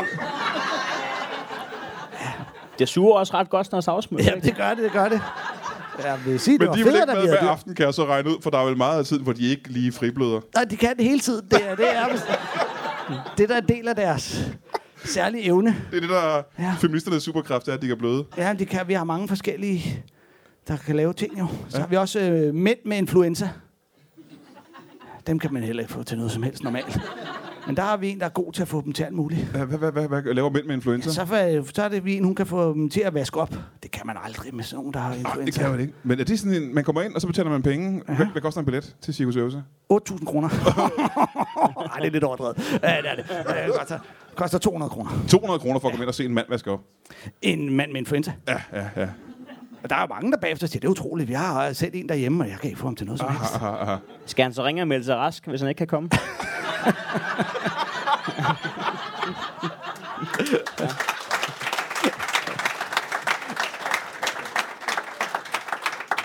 Det suger også ret godt, når savsmøl. Ja, det gør det, det gør det. Jeg vil sige, det Men var de er vel federe, ikke da vi med havde hver dyr. aften, kan jeg så regne ud, for der er vel meget af tiden, hvor de ikke lige fribløder. Nej, de kan det hele tiden. Det er, det er, det der er en del af deres særlige evne. Det er det, der Ja. ja. feministernes superkraft er, at de kan bløde. Ja, de kan, vi har mange forskellige, der kan lave ting jo. Så ja. har vi også øh, mænd med influenza. Dem kan man heller ikke få til noget som helst normalt. Men der har vi en, der er god til at få dem til alt muligt. Hvad, hvad, hvad, hvad laver mænd med influenza? Ja, så, for, så er det vi en, hun kan få dem til at vaske op. Det kan man aldrig med sådan nogen, der har Arh, influenza. det kan man ikke. Men er det sådan en, man kommer ind, og så betaler man penge? Hvad, hvad koster en billet til Cirkus Øvelse? otte tusind kroner. Ej, det er lidt overdrevet. Ja, det er det. Det koster, koster to hundrede kroner. to hundrede kroner for at komme ind og se en mand vaske op. En mand med influenza. Ja, ja, ja. Og der er jo mange, der bagefter siger, det er utroligt. Vi har selv en derhjemme, og jeg kan ikke få ham til noget som helst. Aha, aha. Skal han så ringe og melde sig rask, hvis han ikke kan komme?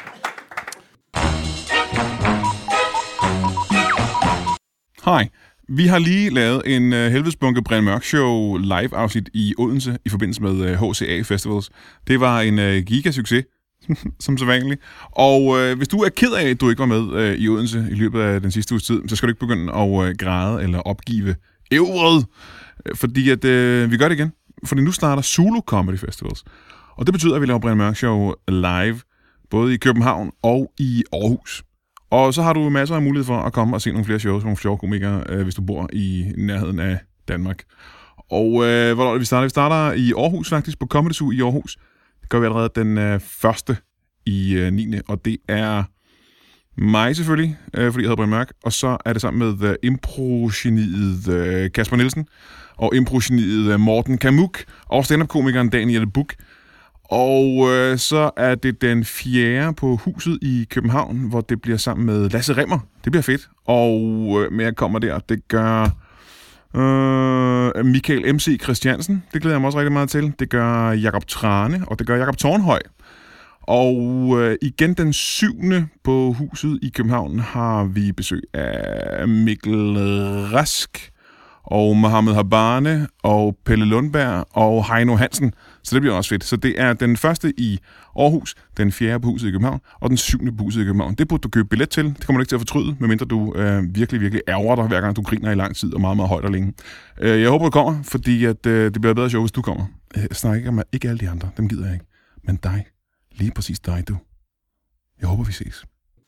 Hi, Vi har lige lavet en uh, helvedesbunke Brian Mørk Show live-afsnit i Odense i forbindelse med uh, H C A Festivals. Det var en uh, gigasucces, som så vanligt. Og uh, hvis du er ked af, at du ikke var med uh, i Odense i løbet af den sidste uges tid, så skal du ikke begynde at uh, græde eller opgive ævret, fordi at, uh, vi gør det igen. Fordi nu starter Zulu Comedy Festivals. Og det betyder, at vi laver Brian Mørk Show live, både i København og i Aarhus. Og så har du masser af mulighed for at komme og se nogle flere shows, nogle sjove komikere, øh, hvis du bor i nærheden af Danmark. Og øh, hvornår vi starter? Vi starter i Aarhus faktisk, på Comedy Zoo i Aarhus. Det gør vi allerede den øh, første i øh, niende Og det er mig selvfølgelig, øh, fordi jeg hedder Brian Mørk. Og så er det sammen med øh, impro-geniet øh, Kasper Nielsen, og impro-geniet øh, Morten Kamuk, og stand-up-komikeren Daniel Buk. Og øh, så er det den fjerde på Huset i København, hvor det bliver sammen med Lasse Rimmer. Det bliver fedt. Og øh, med at komme der, det gør øh, Michael M C Christiansen. Det glæder jeg mig også rigtig meget til. Det gør Jakob Trane, og det gør Jakob Tornhøj. Og øh, igen den syvende på Huset i København har vi besøg af Mikkel Rask og Mohammed Habane og Pelle Lundberg og Heino Hansen. Så det bliver også fedt. Så det er den første i Aarhus, den fjerde på Huset i København, og den syvende på Huset i København. Det burde du købe billet til. Det kommer du ikke til at fortryde, medmindre du øh, virkelig, virkelig ærger dig, hver gang du griner i lang tid og meget, meget højt og længe. Øh, jeg håber, du kommer, fordi at, øh, det bliver bedre show, hvis du kommer. Jeg snakker ikke om ikke alle de andre. Dem gider jeg ikke. Men dig. Lige præcis dig, du. Jeg håber, vi ses.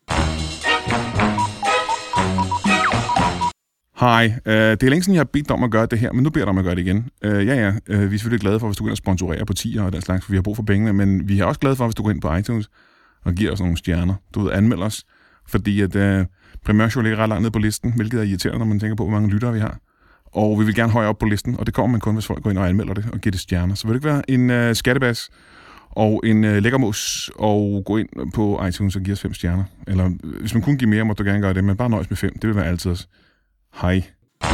Hej, øh, det er længe siden, jeg har bedt dig om at gøre det her, men nu beder jeg dig om at gøre det igen. Øh, ja, ja, øh, vi er selvfølgelig glade for, hvis du går ind og sponsorerer på tier og den slags, for vi har brug for pengene, men vi er også glade for, hvis du går ind på iTunes og giver os nogle stjerner. Du ved, anmeld os, fordi at øh, Brian Mørk Show ligger ret langt ned på listen, hvilket er irriterende, når man tænker på, hvor mange lyttere vi har. Og vi vil gerne højere op på listen, og det kommer man kun, hvis folk går ind og anmelder det og giver det stjerner. Så vil det ikke være en øh, skattebas og en øh, lækkermus og gå ind på iTunes og give os fem stjerner. Eller øh, hvis man kunne give mere, må du gerne gøre det, men bare nøjes med fem. Det vil være altid os. Hej.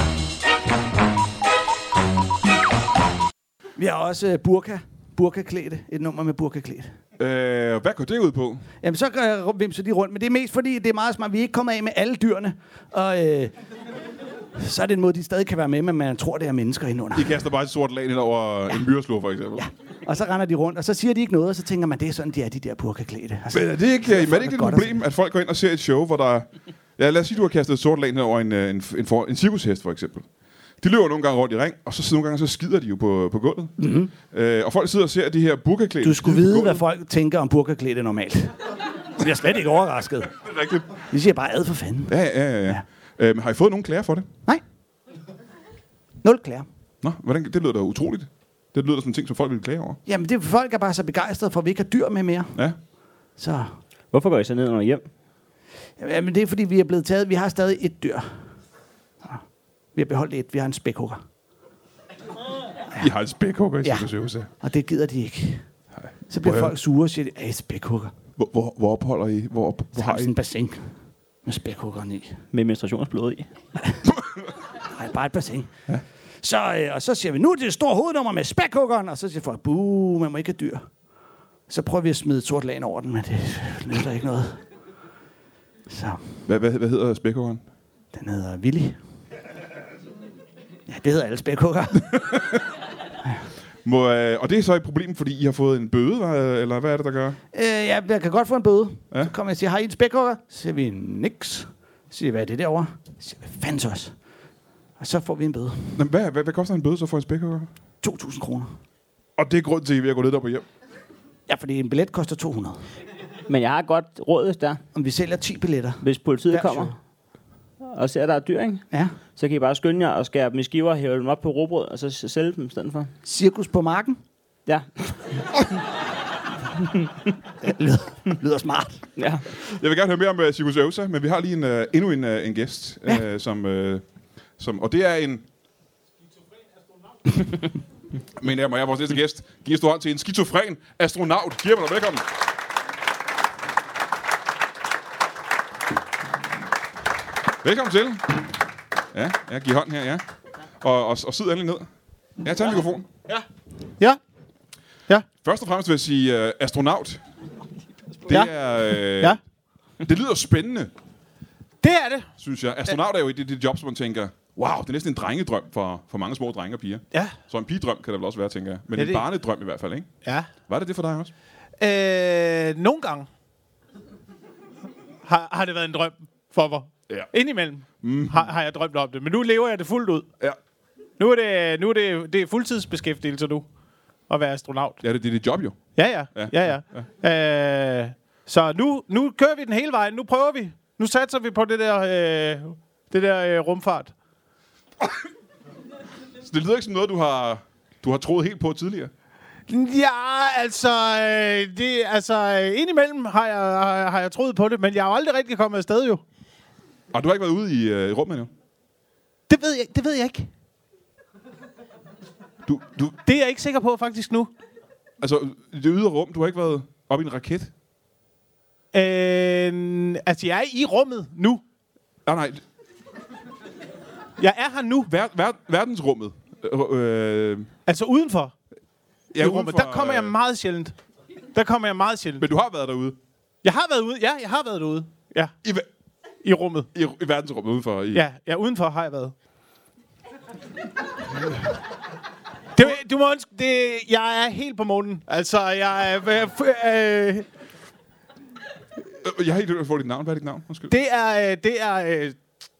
Vi har også uh, burka. Burkaklæde. Et nummer med burkaklæde. Øh, hvad går det ud på? Jamen, så gør jeg vimser de rundt. Men det er mest fordi, det er meget smart. Vi er ikke kommet af med alle dyrene. Og øh, så er det en måde, de stadig kan være med, men man tror, det er mennesker indenunder. De kaster bare et sort lag ind over ja. en myreslå, for eksempel. Ja. Og så render de rundt, og så siger de ikke noget, og så tænker man, det er sådan, de er, de der burkaklæde. Altså, men er det ikke, er det ikke et problem, at folk går ind og ser et show, hvor der... Ja, lad os sige, du har kastet et sort lag ind over en, en, en, en, en cirkushest, for eksempel. De løber nogle gange rundt i ring, og så nogle gange så skider de jo på, på gulvet. Mm-hmm. Øh, og folk sidder og ser de her burkaklæder. Du skulle vide, hvad folk tænker om burkaklæder normalt. Så bliver slet ikke overrasket. Det er rigtigt. Vi siger bare ad for fanden. Ja, ja, ja. ja. ja. Øh, har I fået nogen klager for det? Nej. Nul klager. Nå, hvordan, det lyder da utroligt. Det lyder da sådan en ting, som folk vil klage over. Jamen, det, folk er bare så begejstrede for, at vi ikke har dyr med mere. Ja. Så. Hvorfor går I så ned under hjem? Jamen, det er fordi, vi er blevet taget. Vi har stadig et dyr. Vi har beholdt et. Vi har en spækhugger. Ja. I har en spækhugger i ja. cirkushuse. Og det gider de ikke. Nej. Så bliver hvor folk sure og siger, at det er spækhugger. Hvor, hvor, hvor opholder I? Hvor, hvor så har I? sådan en bassin med spækhuggeren i. Med menstruationsblod i? Nej, bare et bassin. Ja. Så, øh, og så siger vi, nu er det et stort hovednummer med spækhuggeren. Og så siger folk, buh, man må ikke have dyr. Så prøver vi at smide et sort lag over den, men det nytter ikke noget. Så. Hvad, hvad, hvad hedder spækhuggeren? Den hedder Willy. Ja, det hedder alle spækhugger. Må, øh, og det er så et problem, fordi I har fået en bøde, eller hvad er det, der gør? Øh, ja, jeg kan godt få en bøde. Ja. Så kommer jeg og siger, har I en spækhugger? Så siger vi, niks. Så siger vi, hvad er det derovre? Så siger vi, hvad fanden så også? Og så får vi en bøde. Nå, hvad, hvad, hvad koster en bøde så for en spækhugger? to tusind kroner. Og det er grund til, at vi har gået lidt op og hjem? Ja, fordi en billet koster to hundrede. Men jeg har godt råd der. Om vi sælger ti billetter. Hvis politiet Hver kommer show. Og ser, at der er dyr, ikke? Ja. Så kan I bare skynde jer og skære dem i skiver, hæve dem op på råbrød, og så sælge dem i stedet for. Cirkus på marken? Ja. Det lyder, lyder smart. Ja. Jeg vil gerne høre mere om uh, Cirkus Øvsa, men vi har lige en, uh, endnu en, uh, en gæst, ja. uh, som, uh, som... Og det er en... Men jeg må jeg vores næste gæst give en stor hånd til en skizofren astronaut. Giv mig dig velkommen. Velkommen til. Ja, jeg giver hånden her, ja. Og, og, og sid endelig ned. Ja, tag en mikrofon. Ja. Ja. Ja. Først og fremmest vil jeg sige uh, astronaut. Det ja. er... Uh, ja. Det lyder spændende. Det er det. Synes jeg. Astronaut er jo et af de jobs, man tænker, Wow, det er næsten en drengedrøm for, for mange små drenge og piger. Ja. Så en pigedrøm kan det vel også være, tænker jeg. Men Ja, en det- barnedrøm i hvert fald, ikke? Ja. Var det det for dig også? Øh, nogle gange har, har det været en drøm for mig. Ja. Indimellem mm. har, har jeg drømt om det. Men nu lever jeg det fuldt ud. Ja. Nu er det, nu er det, det er fuldtidsbeskæftigelse nu. At være astronaut. Ja, det, det er dit job jo. Ja, ja. Ja. ja, ja. ja. Øh, så nu, nu kører vi den hele vejen. Nu prøver vi. Nu satser vi på det der, øh, det der øh, rumfart. Så det lyder ikke som noget, du har, du har troet helt på tidligere. Ja, altså, øh, det, altså øh, indimellem har jeg, har, har jeg troet på det, men jeg har jo aldrig rigtig kommet afsted jo. Og du har ikke været ude i øh, rummet endnu? Det ved jeg, det ved jeg ikke. Du, du, Det er jeg ikke sikker på faktisk nu. altså, det ydre rum, du har ikke været oppe i en raket? Øh, altså, jeg er i rummet nu. Nej, nej. Jeg er her nu. Ver, ver, verdensrummet. Øh, øh, Altså udenfor. ja, I rummet. udenfor, Der kommer jeg øh, meget sjældent. Der kommer jeg meget sjældent. Men du har været derude? Jeg har været ude. Ja, jeg har været derude. Ja, I, ver- i rummet. i, i verdensrummet udenfor? I, Ja, ja, udenfor har jeg været. Det, du må ønske, det, jeg er helt på månen. Altså, jeg er... Øh, øh, Øh, Jeg har ikke fået dit navn. Hvad er dit navn? Undskyld. det er... Øh, det er... Øh,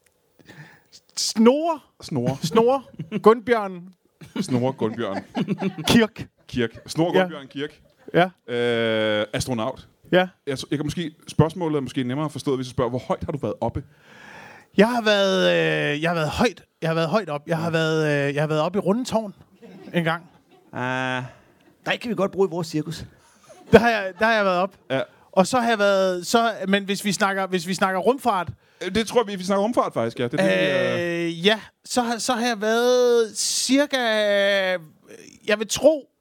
Snore. Snore. Snore. Gunbjørn. Snore Gunnbjørn Kirk. Kirk. Snore Ja. Gunnbjørn Kirk. Ja, Øh, astronaut. ja. Jeg, jeg kan måske... Spørgsmålet er måske nemmere forstået, hvis jeg spørger, hvor højt har du været oppe? Jeg har været, øh, jeg har været højt. Jeg har været højt op. Jeg har været, øh, jeg har været oppe i Rundetårn en gang. Ah, Der kan vi godt bruge i vores cirkus. Der har jeg, der har jeg været op. Ja. Og så har jeg været, så, men hvis vi snakker, hvis vi snakker rumfart, Øh, Det tror jeg, vi, vi snakker rumfart faktisk, ja. Det er det, øh... øh, ja, så, har- så har jeg været cirka, jeg vil tro,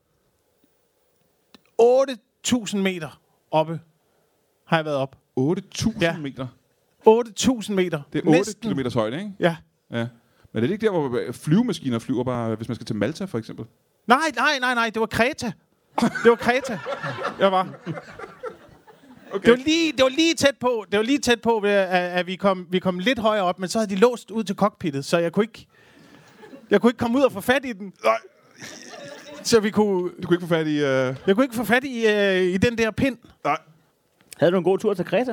otte tusind meter oppe har jeg været op. otte tusind Ja. meter. otte tusind meter. Det er otte Næsten. kilometers højde, ikke? Ja. Ja. Men er det ikke der, hvor flyvemaskiner flyver bare, hvis man skal til Malta, for eksempel? Nej, nej, nej, nej, det var Kreta. Det var Kreta. Jeg var. Okay. Det var lige, det var lige tæt på, det var lige tæt på, at, at vi kom, vi kom lidt højere op, men så havde de låst ud til cockpittet, så jeg kunne ikke, jeg kunne ikke komme ud og få fat i den. Nej. Så vi kunne... Du kunne ikke få fat i... Uh... Jeg kunne ikke få fat i, øh, i den der pind. Nej. havde du en god tur til Kreta?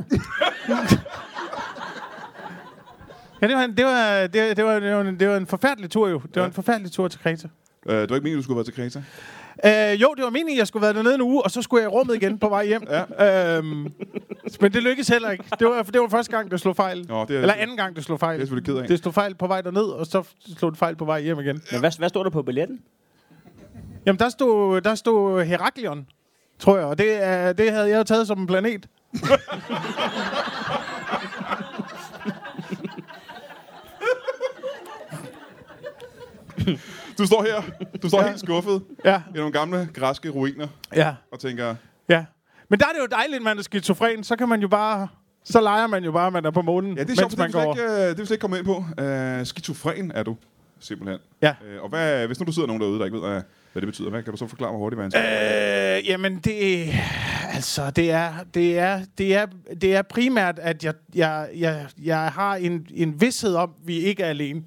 Ja, det var, en, det, var, det, det, var, det, var en, det var en forfærdelig tur jo. Det var Ja. en forfærdelig tur til Kreta. Uh, det var ikke meningen, du skulle være til Kreta? Øh, jo, det var meningen, at jeg skulle være dernede en uge, og så skulle jeg i rummet igen på vej hjem. Ja. Øhm, men det lykkedes heller ikke. Det var, det var første gang, det slog fejl. Nå, det er, Eller anden gang, det slog fejl. Det er jeg selvfølgelig ked af. Det slog fejl på vej derned, og så slog det fejl på vej hjem igen. Men hvad, hvad stod der på billetten? Jamen, der stod, der stod Heraklion, tror jeg. Og det, er, det havde jeg jo taget som en planet. Du står her, du står Ja. helt skuffet Ja, i nogle gamle græske ruiner ja, og tænker, ja. Men der er det jo dejligt, at man er skizofren. Så kan man jo bare... Så leger man jo bare, at man er på månen, ja, det er mens sjovt, det man vil går. ikke, øh, det vil slet ikke komme ind på. Uh, skizofren er du, simpelthen. Ja. Uh, og hvad, hvis nu du sidder nogen derude, der ikke ved, hvad, hvad det betyder, hvad kan du så forklare mig hurtigt, hvad han siger? Øh, jamen det, altså det er, det er, det er, det er primært, at jeg, jeg, jeg, jeg har en, en vidsthed om, at vi ikke er alene.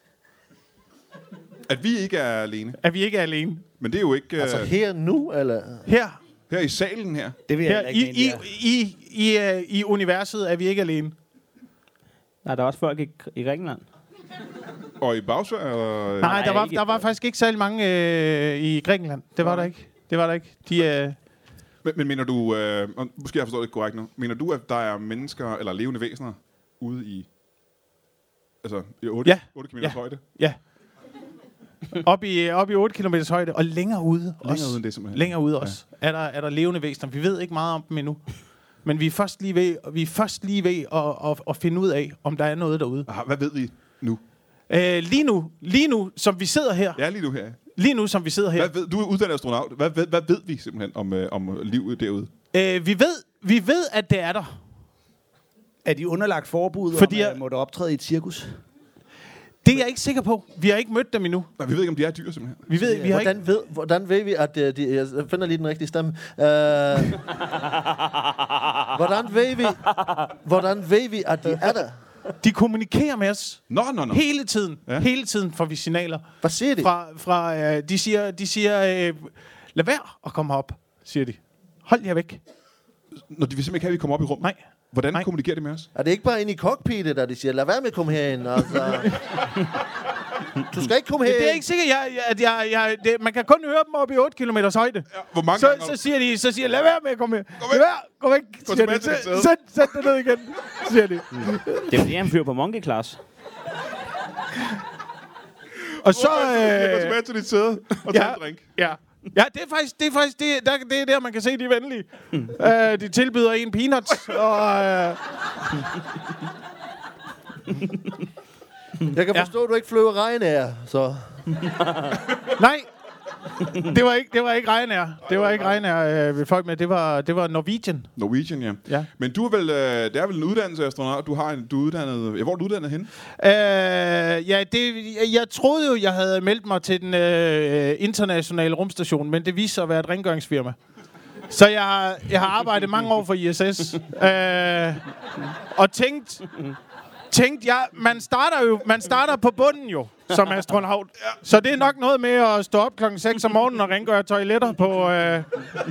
At vi ikke er alene. At vi ikke er alene. Men det er jo ikke uh, Altså her nu, eller? Her, her i salen her. Det vil jeg her heller i, ikke mene, i, det er. i, i, uh, i universet er vi ikke alene. Nej, der er også folk i, i Grækenland. Og i Bagsvær? Eller? Nej, nej, der var, ikke- der var faktisk ikke særlig mange øh, i Grækenland. Det var Nej. der ikke. Det var der ikke. De, øh, Men, men mener du, øh, og måske har jeg forstået det korrekt nu, mener du, at der er mennesker eller levende væsener ude i, altså i otte, Ja. otte kilometers Ja. højde? ja. Op i, op i otte kilometers højde, og længere ude også. Længere ude end det simpelthen. Længere ude også. Er der, er der levende væsener. Vi ved ikke meget om dem endnu. Men vi er først lige ved, vi er først lige ved at, at, at finde ud af, om der er noget derude. Aha, hvad ved vi nu? Øh, lige nu, lige nu, som vi sidder her, Ja, lige nu her. lige nu, som vi sidder her, Hvad ved, du er uddannet astronaut. Hvad ved, hvad ved vi simpelthen om, øh, om livet derude? øh, vi ved, vi ved, at det er der. Er de underlagt forbud Fordi om jeg- at måtte optræde i et cirkus? Det er jeg ikke sikker på. Vi har ikke mødt dem endnu. Nej, vi ved ikke, om de er dyr simpelthen. Vi ved, vi har ikke... Hvordan ved, hvordan ved vi, at uh, de... Jeg finder lige den rigtige stemme. Uh, hvordan ved vi... Hvordan ved vi, at de er der? De kommunikerer med os. Nå, nå, nå. Hele tiden. Ja. Hele tiden får vi signaler. Hvad siger de? Fra, fra, øh, de siger, de siger øh, lad være at komme herop, siger de. Hold jer væk. Når de vil simpelthen ikke have, at vi kommer op i rummet. Nej. Hvordan Nej. kommunikerer de med os? Er det ikke bare inde i cockpittet, der de siger, lad være med at komme herind? Altså. Du skal ikke komme herind. Det er ikke sikkert, jeg, jeg, at jeg, jeg, det, man kan kun høre dem op i otte kilometers højde. Ja, hvor mange Så, gange har så siger de, så siger de, lad være med at komme her. Gå væk. Lad være, gå væk, Gå siger tilbage de. til dit sæde. Sæt, sæt dig ned igen, siger de. Det er fordi, han flyver på monkey class. Og så... du øh, Øh, tilbage til dit sæde og ja, tage en drink? ja. Ja, det er faktisk, det er faktisk det, der, det er der, man kan se, de er venlige. uh, de tilbyder en peanuts, og... Uh, Jeg kan Ja. forstå, at du ikke flyver Ryanair, så... nej, det var ikke, det var ikke Ryanair. Det var ikke Ryanair, øh, vi folk med. Det var, det var Norwegian. Norwegian, ja. Ja. Men du er vel, øh, det er vel en uddannelse astronaut. Du har en, du er uddannet... Ja, hvor er du uddannet henne? Øh, ja, det, jeg, jeg troede jo, jeg havde meldt mig til den øh, internationale rumstation, men det viste sig at være et rengøringsfirma. Så jeg har, jeg har arbejdet mange år for I S S. Øh, og tænkt... Tænkt, ja, man starter jo, man starter på bunden jo, som astronaut. Så det er nok noget med at stå op klokken seks om morgenen og rengøre toiletter på, øh,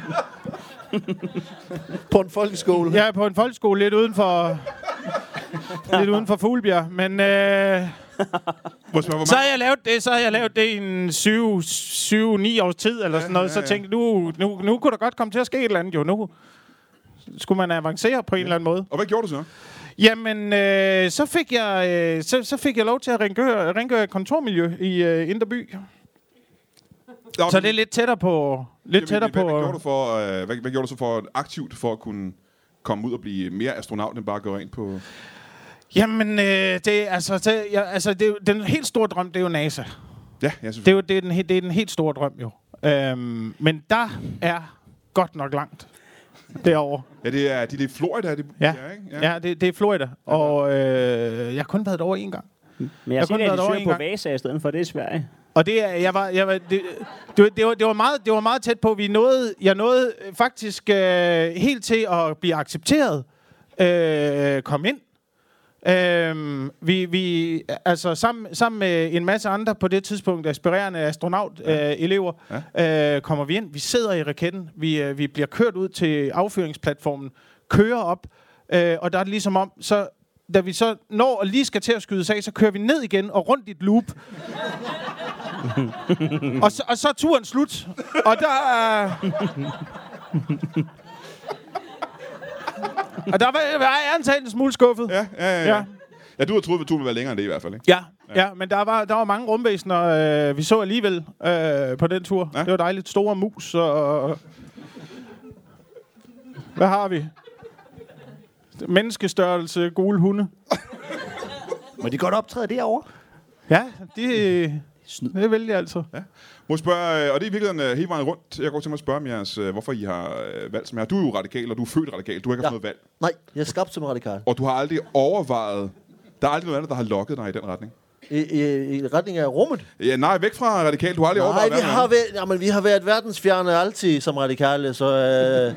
På en folkeskole. ja, på en folkeskole lidt uden for, lidt uden for Fuglebjerg. Men øh, Hvor spørger, hvor så har mange? jeg lavet det, så har jeg lavet det i en syv, syv, ni års tid eller sådan noget. ja, Så ja. tænkte nu, nu, nu kunne der godt komme til at ske et eller andet jo. Nu skulle man avancere på en eller anden måde. Og hvad gjorde du så? Jamen, øh, så, fik jeg, øh, så, så fik jeg lov til at rengøre, rengøre et kontormiljø i øh, Indre By. Nå, Så det er lidt tættere på... Lidt jamen, tættere hvad, på... hvad, gjorde du for, øh, hvad, hvad gjorde du så for aktivt for at kunne komme ud og blive mere astronaut, end bare at gå rent på... Jamen, øh, det, er, altså, det, ja, altså, det, er jo- den helt store drøm, det er jo NASA. Ja, ja, Det er jo det er den, he- det er den helt store drøm, jo. Øhm, men der er godt nok langt derovre. Ja, det er, det er i Florida, er det, Ja, ikke? ja det, det er Florida. Og øh, jeg har kun været derovre en gang. Men Jeg jeg, har ser, kun at været de over søger en på gang. Vasa i stedet for det i Sverige. Og det er, jeg var, jeg var, det, det, var, det, var, det var meget, det var meget tæt på. Vi nåede, jeg nåede faktisk øh, helt til at blive accepteret, øh, kom ind. Øh, vi, vi, altså sammen, sammen med en masse andre på det tidspunkt aspirerende astronaut-elever, ja. øh, kommer vi ind. Vi sidder i raketten. Vi, øh, vi bliver kørt ud til affyringsplatformen, kører op, øh, og der er det ligesom om, så da vi så når og lige skal til at skyde af, så kører vi ned igen og rundt i et loop. og, så, og så er turen slut. Og der er... og der var, var jeg antalt en smule skuffet. Ja, ja, ja. Ja. ja. Ja, du havde troet, at turen ville være længere end det i hvert fald, ikke? Ja, ja, men der var, der var mange rumvæsener, øh, vi så alligevel øh, på den tur. Ja. Ja. Det var dejligt. Store mus og... Hvad har vi? Menneskestørrelse, gule hunde. Må de godt optræde derovre? Ja, det, det vil jeg altså. Må jeg spørge, øh, og det er i virkeligheden øh, hele vejen rundt. Jeg går til mig at spørge om jeres, øh, hvorfor I har øh, valgt som jer. Du er jo radikal, og du er født radikal. Du har ikke haft Ja. noget valg. Nej, jeg er skabt som radikal. Og du har aldrig overvejet... Der er aldrig noget andet, der har lokket dig i den retning. I, i, i retning af rummet. Ja, nej, væk fra radikal. Du har aldrig Nej, overvejet... vi hvad har, man- været, jamen, vi har været verdensfjerne altid som radikale, så... Øh,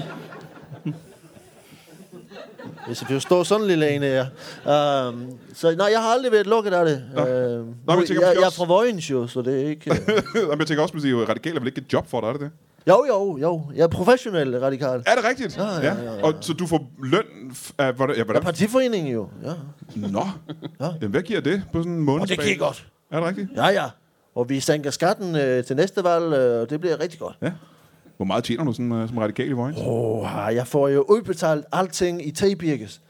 hvis jeg forstår sådan en lille en her. Um, så nej, jeg har aldrig været lukket af det. Uh, men jeg tænker jeg, måske jeg er også- fra Vojens jo, så det er ikke... Uh, Jamen, jeg tænker også, at radikal er vel ikke et job for dig, er det det? jo, jo, jo. Jeg er professionel radikal. Er det rigtigt? Ja, ja, ja, ja. Og så du får løn... F- af, hvordan, ja, Jeg er hvordan? partiforening jo, ja. Nå. Ja. Jamen, hvad giver det på sådan en måned? Og det gik godt. Er det rigtigt? Ja, ja. Og vi sænker skatten øh, til næste valg, øh, og det bliver rigtig godt. Ja. Hvor meget tjener du sådan, uh, som radikal i Vojens? Åh, oh, jeg får jo udbetalt alting i T-Birkes.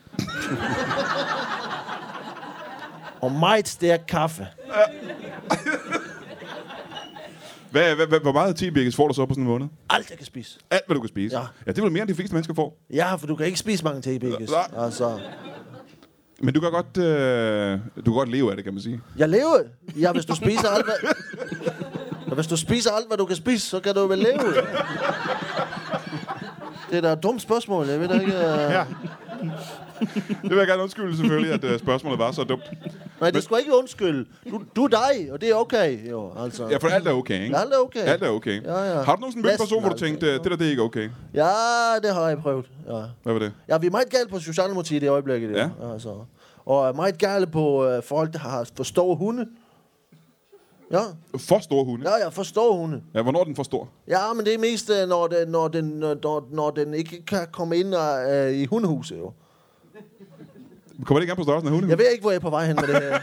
Og meget stærk kaffe. Hvad, hvad, hvad, hvor meget T-birkes får du så på sådan en måned? Alt, jeg kan spise. Alt, hvad du kan spise? Ja. Ja, det er vel mere, end de fleste mennesker får. Ja, for du kan ikke spise mange T-Birkes. Nej. Altså, Men du kan godt, øh, du kan godt leve af det, kan man sige. jeg lever. Ja, hvis du spiser alt, hvad... Ja, hvis du spiser alt, hvad du kan spise, så kan du vel leve. Det er da et dumt spørgsmål, jeg ved da ikke... Uh... Ja. Det vil jeg gerne undskylde selvfølgelig, at uh, spørgsmålet var så dumt. Nej, det skulle ikke undskylde. Du, du er dig, og det er okay. Jo, altså. Ja, for alt er okay, ikke? Alt er okay. Alt er okay. Ja, ja. Har du nogensinde mødt en Næsten person, hvor du alt, tænkte, ja. det der det er ikke okay? Ja, det har jeg prøvet. Ja. Hvad var det? Ja, vi er meget gale på Socialdemokratiet i øjeblikket. Ja. Ja. Altså. Og er meget gale på uh, folk, der har for store hunde. Ja. For store hunde? Ja, ja, for store hunde. Ja, hvornår er den for stor? Ja, men det er mest, uh, når, den, når, den, når, når den ikke kan komme ind uh, i hundehuset, jo. Kommer det ikke an på størrelsen af hunden? Jeg ved ikke, hvor jeg er på vej hen med det her.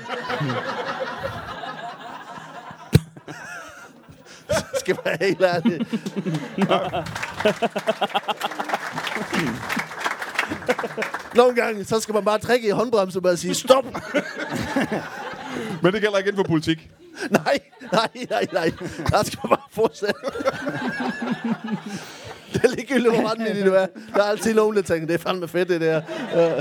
Skal være helt ærlig. Nogle gange, så skal man bare trække i håndbremsen og bare sige stop. Men det gælder ikke inden for politik. Nej, nej, nej, nej. Der skal man bare fortsætte. Det er ligegyldigt, hvor retten i det er. Der er altid nogen, der tænker, det er fandme fedt, det der. Uh.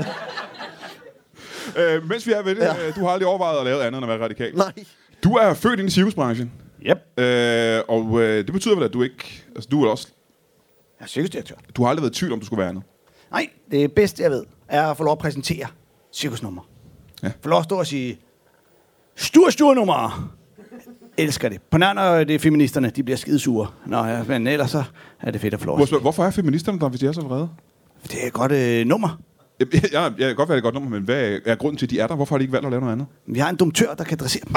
Øh, mens vi er ved det, Ja. øh, du har aldrig overvejet at lave andet end at være radikal. Nej. Du er født ind i cirkusbranchen. Yep. Øh, og øh, det betyder vel, at du ikke... Altså, du er også... Jeg er cirkusdirektør. Du har aldrig været i tvivl om, du skulle være andet. Nej, det bedste, jeg ved, er at få lov at præsentere cirkusnummer. Ja. Få lov at stå og sige, stur, stur nummer. Elsker det. På nær, når det er feministerne, de bliver skidesure. Nå ja, men ellers så er det fedt at få lov at Hvor, sige. hvorfor er feministerne der, hvis de er så vrede? Det er et godt øh, nummer. Jeg, jeg, jeg, jeg kan godt være, det er godt nummer, men hvad er, er grunden til, at de er der? Hvorfor har de ikke valgt at lave noget andet? Vi har en domtør, der kan dressere dem.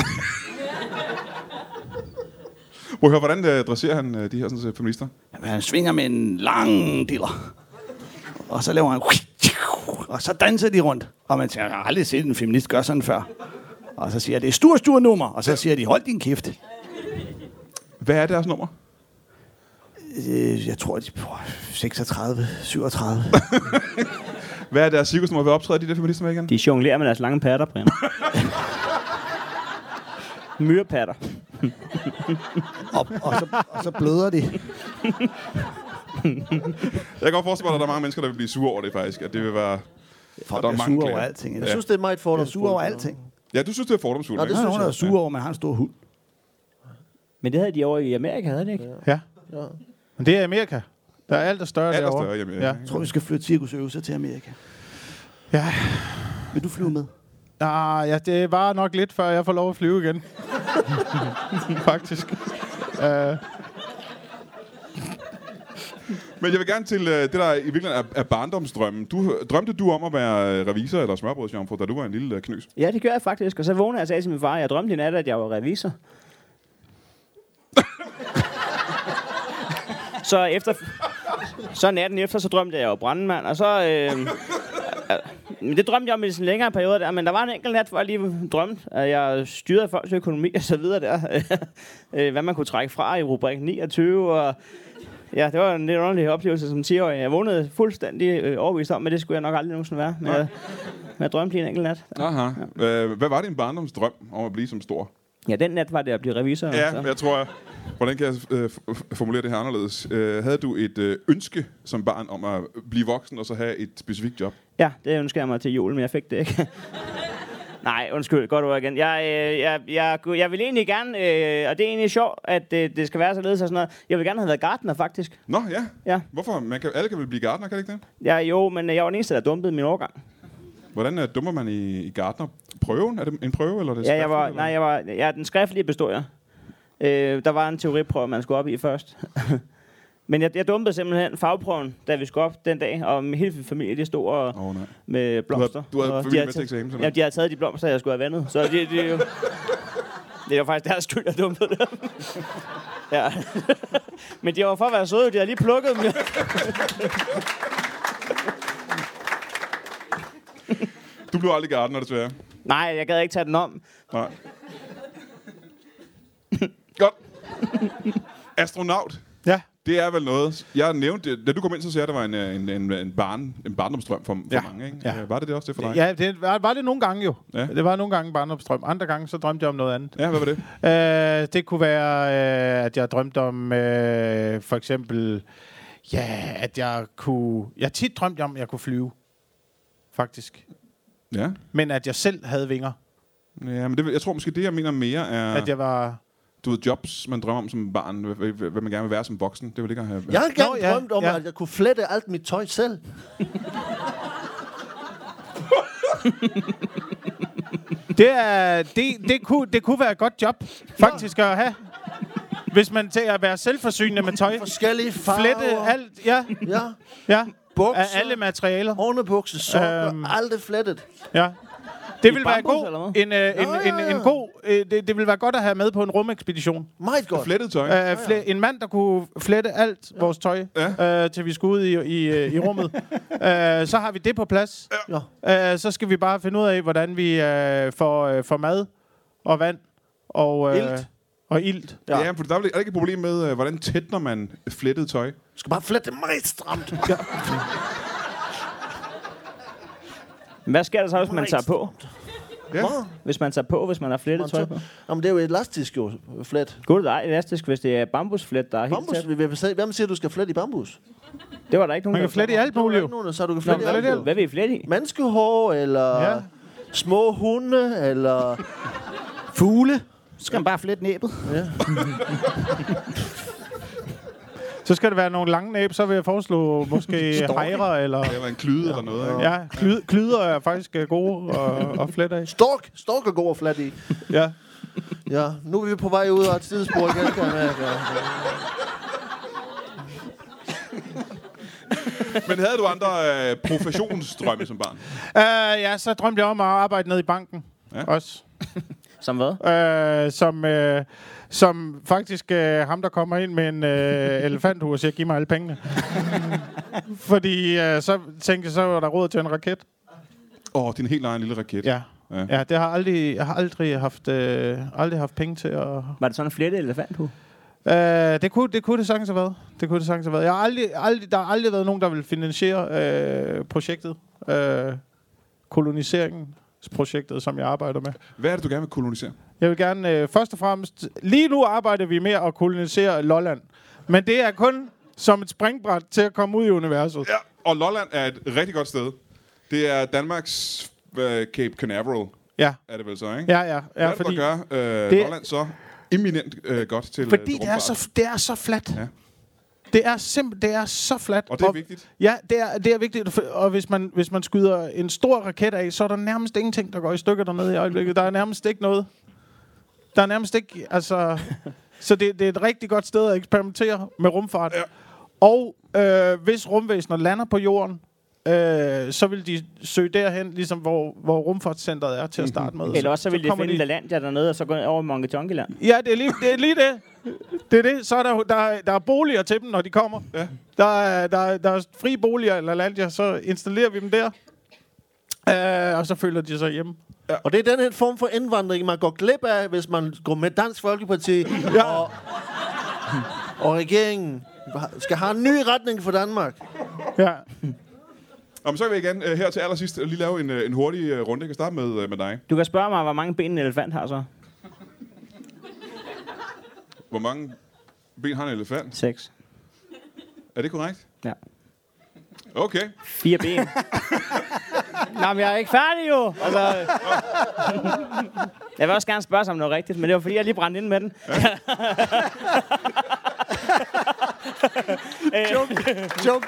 Må jeg høre, hvordan øh, dresserer han øh, de her sådan, feminister? Jamen, han svinger med en lang diller. Og så laver han... Og så danser de rundt. Og man siger, jeg har aldrig set en feminist gøre sådan før. Og så siger jeg, det er stor, stor nummer. Og så siger de, hold din kæft. Hvad er deres nummer? Øh, jeg tror, de er på seksogtredive, syvogtredive. Hvad er deres cirkusnummer? Hvad optræder de der feminister med igen? De jonglerer med deres lange patter, Brian. Myrepatter. og, og, så, og så bløder de. Jeg kan godt forestille mig, at der er mange mennesker, der vil blive sure over det faktisk. At det vil være... Folk der er er mange sure klager. over alting. Jeg Jeg synes, det er meget er fordomsfuldt. sure over alting. Ja, du synes, det er fordomsfuldt, Nå, det ikke? Der er synes nogen, der er jeg. sure over, men har en stor hund. Men det havde de over i Amerika, havde de ikke? Ja. Ja. Men det er Amerika. Der er alt er større Alt er derovre. større i Amerika. Ja. Jeg tror, vi skal flytte cirkusøvelser til Amerika. Ja. Vil du flyve med? Ah, ja, det var nok lidt, før jeg får lov at flyve igen. Faktisk. Uh, Men jeg vil gerne til uh, det, der i virkeligheden er, er barndomsdrømmen. Du, drømte du om at være revisor eller smørbrødsjomfru, da du var en lille uh, knøs? Ja, det gør jeg faktisk. Og så vågnede jeg og sagde til min far, jeg drømte i nat, at jeg var revisor. så efter... Så natten efter, så drømte jeg, jeg var brandmand, og så... Øh, men det drømte jeg om i sådan en længere periode der, men der var en enkelt nat, hvor jeg lige drømte, at jeg styrede folks økonomi og så videre der. Hvad man kunne trække fra i rubrik niogtyve, og ja, det var en lidt underlig oplevelse som ti-årig. Jeg vågnede fuldstændig øh, overbevist om, men det skulle jeg nok aldrig nogensinde være. Men, jeg, men jeg drømte lige en enkelt nat. Aha. Ja. Uh, hvad var din barndomsdrøm om at blive som stor? Ja, den nat var det at blive revisor. Ja, så. jeg tror, jeg, hvordan kan jeg øh, f- formulere det her anderledes? Uh, havde du et øh, ønske som barn om at blive voksen og så have et specifikt job? Ja, det ønsker jeg mig til jul, men jeg fik det ikke. Nej, undskyld, godt ord igen. Jeg, øh, jeg, jeg, jeg vil egentlig gerne, øh, og det er egentlig sjovt, at øh, det skal være således og sådan noget. Jeg vil gerne have været gartner, faktisk. Nå, ja. Ja. Hvorfor? Man kan, alle kan vel blive gartner, kan det ikke det? Ja, jo, men jeg var den eneste, der dumpede min årgang. Hvordan uh, dummer man i, i gartnerprøven? Er det en prøve, eller er det Ja, jeg var, skriftligt, nej, jeg var, ja, den skriftlige bestod jeg. Øh, der var en teoriprøve, man skulle op i først. Men jeg, jeg dumpede simpelthen fagprøven, da vi skulle op den dag, og min hele familie, de stod og, Åh, oh, nej. med blomster. Du havde- du havde og familie de med til eksamen, ja, simpelthen? de havde taget de blomster, jeg skulle have vandet. Så det, det, det, det var faktisk deres skyld, jeg dumpede det. Ja. Men de var for at være søde, de havde lige plukket dem. Du blev aldrig gartner, desværre. Nej, jeg gad ikke tage den om. Nej. Godt. Astronaut. ja. Det er vel noget... Jeg nævnte, da du kom ind, så sagde jeg, at det var en, en, en, en, barn, en barndomsdrøm for, for Ja. mange, ikke? Ja. Var det det også det for dig? Ja, det var, var det nogle gange jo. Ja. Det var nogle gange barndomsdrøm. Andre gange, så drømte jeg om noget andet. Ja, hvad var det? Øh, det kunne være, øh, at jeg drømte om, øh, for eksempel, ja, at jeg kunne... Jeg tit drømte om, at jeg kunne flyve, faktisk. Ja. Men at jeg selv havde vinger. Ja, men det, jeg tror måske, det jeg mener mere er... At jeg var... Du ved, jobs, man drømmer om som barn, hvad, hvad, hvad man gerne vil være som voksen. Det vil ikke at have... Jeg har gerne Nå, ja, drømt om, ja. at jeg kunne flette alt mit tøj selv. Det, er, det, det, kunne, det kunne være et godt job, faktisk, at have. Hvis man til at være selvforsynende med tøj. Forskellige farver. Flette alt, ja. Ja. Ja. Bukser. Af alle materialer. Underbukser, sokker, Øhm. alt er flettet. Ja. Det vil være bambus, eller god, hvad? en, øh, en, Ja, ja, en, ja. en god, øh, det, det vil være godt at have med på en rumekspedition. Meget godt. Flettet tøj. Uh, fle- en mand, der kunne flette alt ja. vores tøj, Ja. uh, til vi skulle ud i, i, i rummet. uh, så har vi det på plads. Ja. Uh, så skal vi bare finde ud af, hvordan vi uh, får, uh, får mad og vand og uh, Ilt. og ilt. Ja, ja, for der er vel ikke- er der ikke et problem med, øh, hvordan tætner man flettet tøj? Du skal bare flette meget stramt. Ja. Hvad sker der så, hvis man tager på? Ja. Hvor? Hvis man tager på, hvis man har flettet tøj på? Jamen, det er jo elastisk jo, flet. Gud, det er elastisk, hvis det er bambusflet, der er helt Bambus, tæt. vi vil sige- hvem siger, du skal flette i bambus? Det var der ikke nogen, Man kan der- flette i alt Der er muligt. ikke nogen, der sagde, du kan Nå, flette i flette i alt. alt. Hvad vil I flette i? Menneskehår, eller Ja. små hunde, eller Fugle. Så skal man bare flette næbet. Så skal det være nogle lange næb, så vil jeg foreslå måske hejre eller... Eller en klyde eller noget, ikke? Ja, klyd, klyder er faktisk øh, gode og, og flette af. stork. Stork er god at flette i. Ja. Ja, nu er vi på vej ud af et tidsspor igen, kan jeg mærke. Men havde du andre øh, professionsdrømme som barn? Uh, ja, så drømte jeg om at arbejde ned i banken. Ja. Ja. Også. Som hvad? Uh, som, uh, som faktisk uh, ham, der kommer ind med en uh, elefanthue og siger, giv mig alle pengene. Fordi uh, så tænkte jeg, så var der råd til en raket. Åh, oh, din helt egen lille raket. Ja. Ja. Ja, det har aldrig, jeg har aldrig haft, øh, aldrig haft penge til at... Var det sådan en flettet elefanthue? Uh, det, kunne, det kunne det sagtens have været. Det kunne det sagtens have været. Jeg har aldrig, aldrig, der har aldrig været nogen, der vil finansiere øh, projektet. Øh, koloniseringsprojektet, som jeg arbejder med. Hvad er det, du gerne vil kolonisere? Jeg vil gerne, øh, først og fremmest... Lige nu arbejder vi med at kolonisere Lolland. Men det er kun som et springbræt til at komme ud i universet. Ja, og Lolland er et rigtig godt sted. Det er Danmarks øh, Cape Canaveral, Ja, er det vel så, ikke? ja, ja. ja Hvad er det, fordi der gør øh, det- Lolland så eminent øh, godt til fordi øh, det er, så, det er så fladt. Ja. Det er simpelthen, det er så fladt. Og det er vigtigt. Ja, det er, det er vigtigt. Og hvis man, hvis man skyder en stor raket af, så er der nærmest ingenting, der går i stykker dernede i øjeblikket. Der er nærmest ikke noget. Der er nærmest ikke, altså... Så det, det er et rigtig godt sted at eksperimentere med rumfart. Ja. Og øh, hvis rumvæsener lander på jorden, øh, så vil de søge derhen, ligesom hvor, hvor rumfartscentret er til at starte med. Eller også så vil de kommer finde LaLandia dernede, og så gå over i Monketonkeland. Ja, det er lige det. Er lige det. Det er det. Så er der, der, der er boliger til dem, når de kommer. Ja. Der er, der, der er frie boliger eller LaLandia, så installerer vi dem der. Uh, og så føler de sig hjemme. Og det er den her form for indvandring, man går glip af, hvis man går med Dansk Folkeparti Ja. og, og regeringen skal have en ny retning for Danmark. Ja. Om så vil jeg igen øh, her til allersidst lige lave en, øh, en hurtig øh, runde. Jeg kan starte med, øh, med dig. Du kan spørge mig, hvor mange ben en elefant har så? Hvor mange ben har en elefant? Seks. Er det korrekt? Ja. Okay. Fire ben. Nå, men jeg er ikke færdig jo. Altså, jeg vil også gerne spørge sig om noget rigtigt, men det var fordi, jeg lige brændte ind med den. Joke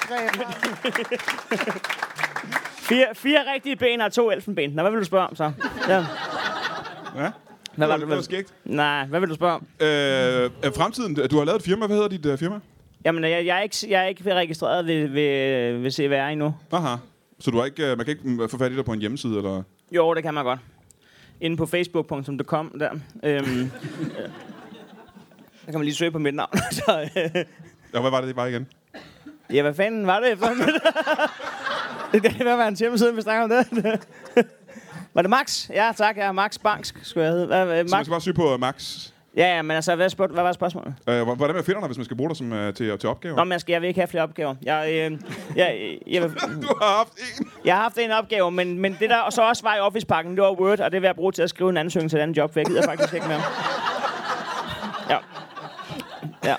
fire, fire rigtige ben og to elfenben. Nå, hvad vil du spørge om så? Ja. Ja. Hvad var det det, var hvad- skægt. Nej, hvad vil du spørge om? Øh, øh, fremtiden, du har lavet et firma. Hvad hedder dit øh, firma? Jamen, jeg, jeg, er ikke, jeg er ikke registreret ved, ved, ved C V R endnu. Aha. Så du har ikke, øh, man kan ikke mm, få fat i dig på en hjemmeside, eller? Jo, det kan man godt. Inde på facebook punktum com der. Øhm, der kan man lige søge på mit navn. Så, øh, Ja, hvad var det, det var igen? ja, hvad fanden var det efter? Det kan være en time siden, vi snakker om det. Var det Max? Ja, tak. Ja, Max Banks, skulle jeg hedde. Hvad, hvad, Så man Max? skal bare søge på uh, Max. Ja, ja, men altså, hvad, spurg, hvad var spørgsmålet? Øh, hvordan med finder dig, hvis man skal bruge dig som, uh, til, til opgaver? Nå, men jeg, skal, jeg vil ikke have flere opgaver. Jeg, øh, jeg, jeg, jeg, Du har haft en. jeg har haft en opgave, men, men det der og så også var i Office-pakken, det var Word, og det vil jeg bruge til at skrive en ansøgning til et andet job, for jeg gider faktisk ikke mere. Ja. Ja.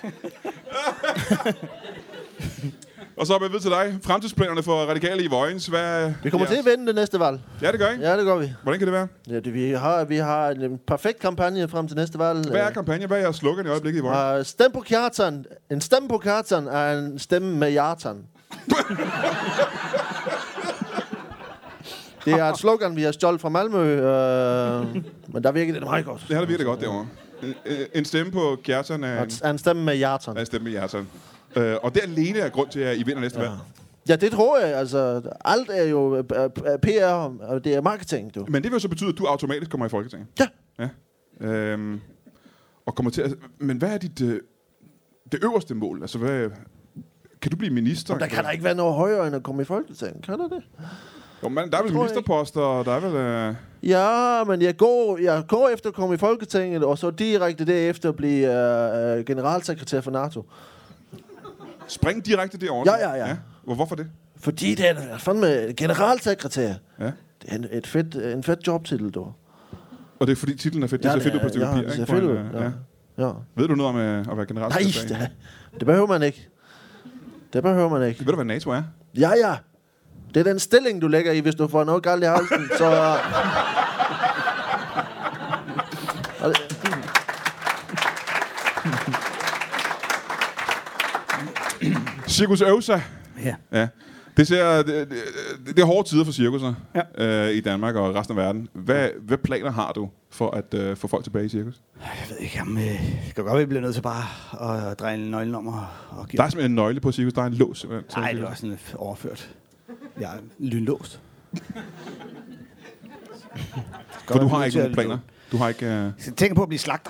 Og så er vi ved til dig. Fremtidsplanerne for Radikale i Vojens. Hvad, Vi kommer ja. til at vinde det næste valg. Ja, det gør I. Ja, det gør vi. Hvordan kan det være? Ja, det, vi, har, vi har en, en perfekt kampagne frem til næste valg. Hvad er kampagnen? Hvad er jeres slogan i øjeblikket i Vojens? Uh, stem på Kjartan. En stemme på Kjartan er en stemme med Kjartan. Det er et slogan, vi har stjålet fra Malmø, øh, men der virker det meget godt. Det har det virkelig godt derovre. En, en stemme på Kjartan er... En stemme med hjertan. Ja, en stemme med Kjartan. Øh, og det alene er grund til, at I vinder næste Ja. valg. Ja, det tror jeg. Altså, alt er jo uh, P R, og det er marketing, du. Men det vil jo så betyde, at du automatisk kommer i Folketinget. Ja. Ja. Øhm, og kommer til at, men hvad er dit øh, det øverste mål? Altså, hvad, kan du blive minister? Og der kan der ikke være noget højere, end at komme i Folketinget. Kan der det? Jo, man, der er vel Tror jeg ministerposter, og der er vel... Øh... Ja, men jeg går, jeg går efter at komme i Folketinget, og så direkte derefter blive uh, generalsekretær for NATO. Spring direkte derovre? Ja, ja, ja. ja. Hvor, hvorfor det? Fordi det er fandme generalsekretær. Ja. Det er en, et fedt, en fedt jobtitel, du. Og det er fordi titlen er fedt. Det Ja, ser fedt ud på et stykke ja, papir, det ser ikke? fedt For ud, en, øh, ja. ja. Ja. Ved du noget om øh, at være generalsekretær? Nej, det, det behøver man ikke. Det behøver man ikke. Ved du, hvad NATO er? Ja, ja. Det er den stilling, du lægger i, hvis du får noget galt i halsen. Så... Cirkus Øvsa. Ja. Ja. Det, ser, det, det, det er hårde tider for cirkusser Ja. øh, i Danmark og resten af verden. Hvad, hvad planer har du for at øh, få folk tilbage i cirkus? Jeg ved ikke, om øh, det kan godt være, vi bliver nødt til bare at dreje en nøgle om og, og give... Der er simpelthen en nøgle på cirkus. Der er en lås. Simpelthen. Nej, det er også sådan lidt overført. Jeg er lynlåst. For du har ikke nogen planer? Du har ikke... Øh... Jeg tænker på at blive slagter.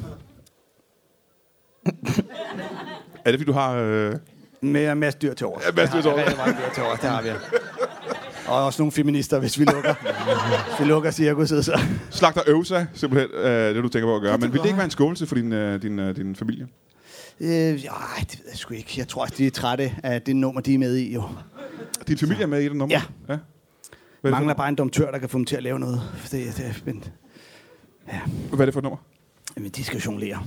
Er det fordi, du har... Øh... Med en masse dyr til over. Ja, masse dyr til overs. Ja, rigtig mange dyr til over. Det har vi. Og også nogle feminister, hvis vi lukker. Hvis vi lukker cirkuset, så... Slagter Øvsa, simpelthen, øh, det du tænker på at gøre. Men vil det ikke være en skuffelse for din, øh, din, øh, din familie? Øh, ja, det ved jeg sgu ikke. Jeg tror, at de er trætte af det nummer, de er med i, jo. Din familie er med i det nummer? Ja. ja. Hvad, er Mangler det bare en domtør, der kan få dem til at lave noget. Det, det, men, ja. for, hvad er det for et nummer? Jamen, de skal jonglere.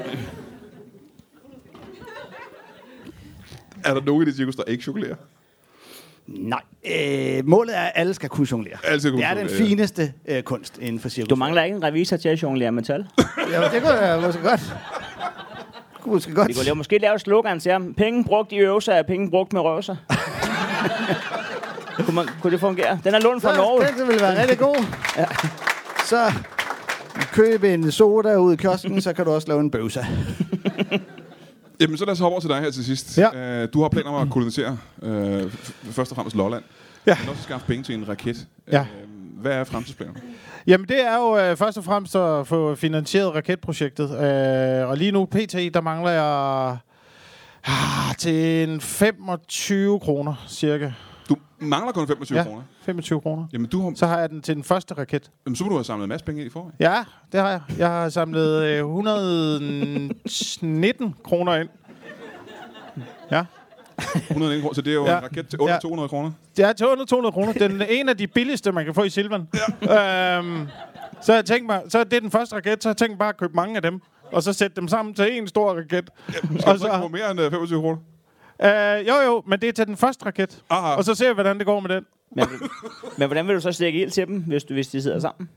Er der nogen i det cirkus, der ikke chokolader? Nej. Øh, målet er, at alle skal kunne jonglere. Alle skal kunne det er den jonglere, ja. fineste øh, kunst inden for cirkus. Du mangler ikke en revisor til at jonglere med tal. Ja, det kunne jeg måske godt. Det kunne måske godt. Vi kunne lave, måske lave et slogan til ham. Penge brugt i øvelser er penge brugt med røvelser. kunne, man, kunne det fungere? Den er lånt fra Så, Norge. den vil være rigtig god. Ja. Så køb en soda ude i kiosken, så kan du også lave en bøvsa. Jamen, så lad os hoppe over til dig her til sidst. Ja. Uh, du har planer om at kolonisere uh, f- først og fremmest Lolland. Ja. Men også skaffe penge til en raket. Ja. Uh, hvad er fremtidsplanerne? Jamen, det er jo øh, først og fremmest at få finansieret raketprojektet. Øh, og lige nu, P T, der mangler jeg ah, til en femogtyve kroner, cirka. Du mangler kun femogtyve Ja. kroner. femogtyve kroner. Jamen, du har, Så har jeg den til den første raket. jamen, så må du have samlet en masse penge ind i forvejen. Ja, det har jeg. Jeg har samlet øh, et hundrede og nitten kroner ind. Ja. hundrede og nitten kroner, så det er jo Ja. en raket til under Ja. to hundrede kroner. Det er til under to hundrede kroner. Den er en af de billigste, man kan få i Silvan. Ja. Øhm, så jeg tænkte mig, så er det den første raket, så jeg tænkte bare at købe mange af dem. Og så sætte dem sammen til en stor raket. Skal Og du så ikke få mere end uh, femogtyve kroner? Øh, jo jo, men det er til den første raket. Aha. Og så ser vi, hvordan det går med den. Men, men hvordan vil du så stikke ild til dem, hvis, du, hvis de sidder sammen?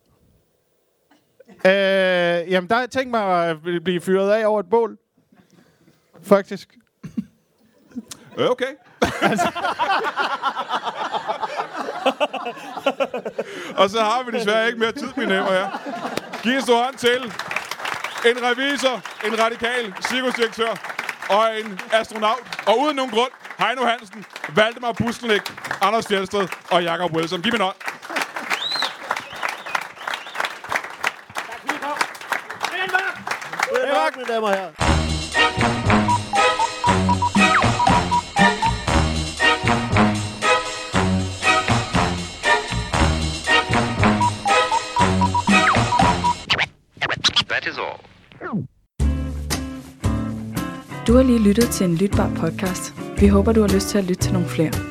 Øh, jamen, der har jeg tænkt mig at blive fyret af over et bål. Faktisk. Øh, okay. Og så har vi desværre ikke mere tid, mine damer her. Giv en stor hånd til en revisor, en radikal cirkusdirektør og en astronaut. Og uden nogen grund, Heino Hansen, Valdemar Buskelnik, Anders Fjeldsted og Jakob Wilson. Giv mig en hånd. Det er mine damer her. That is all. Du har lige lyttet til en lytbar podcast. Vi håber, du har lyst til at lytte til nogle flere.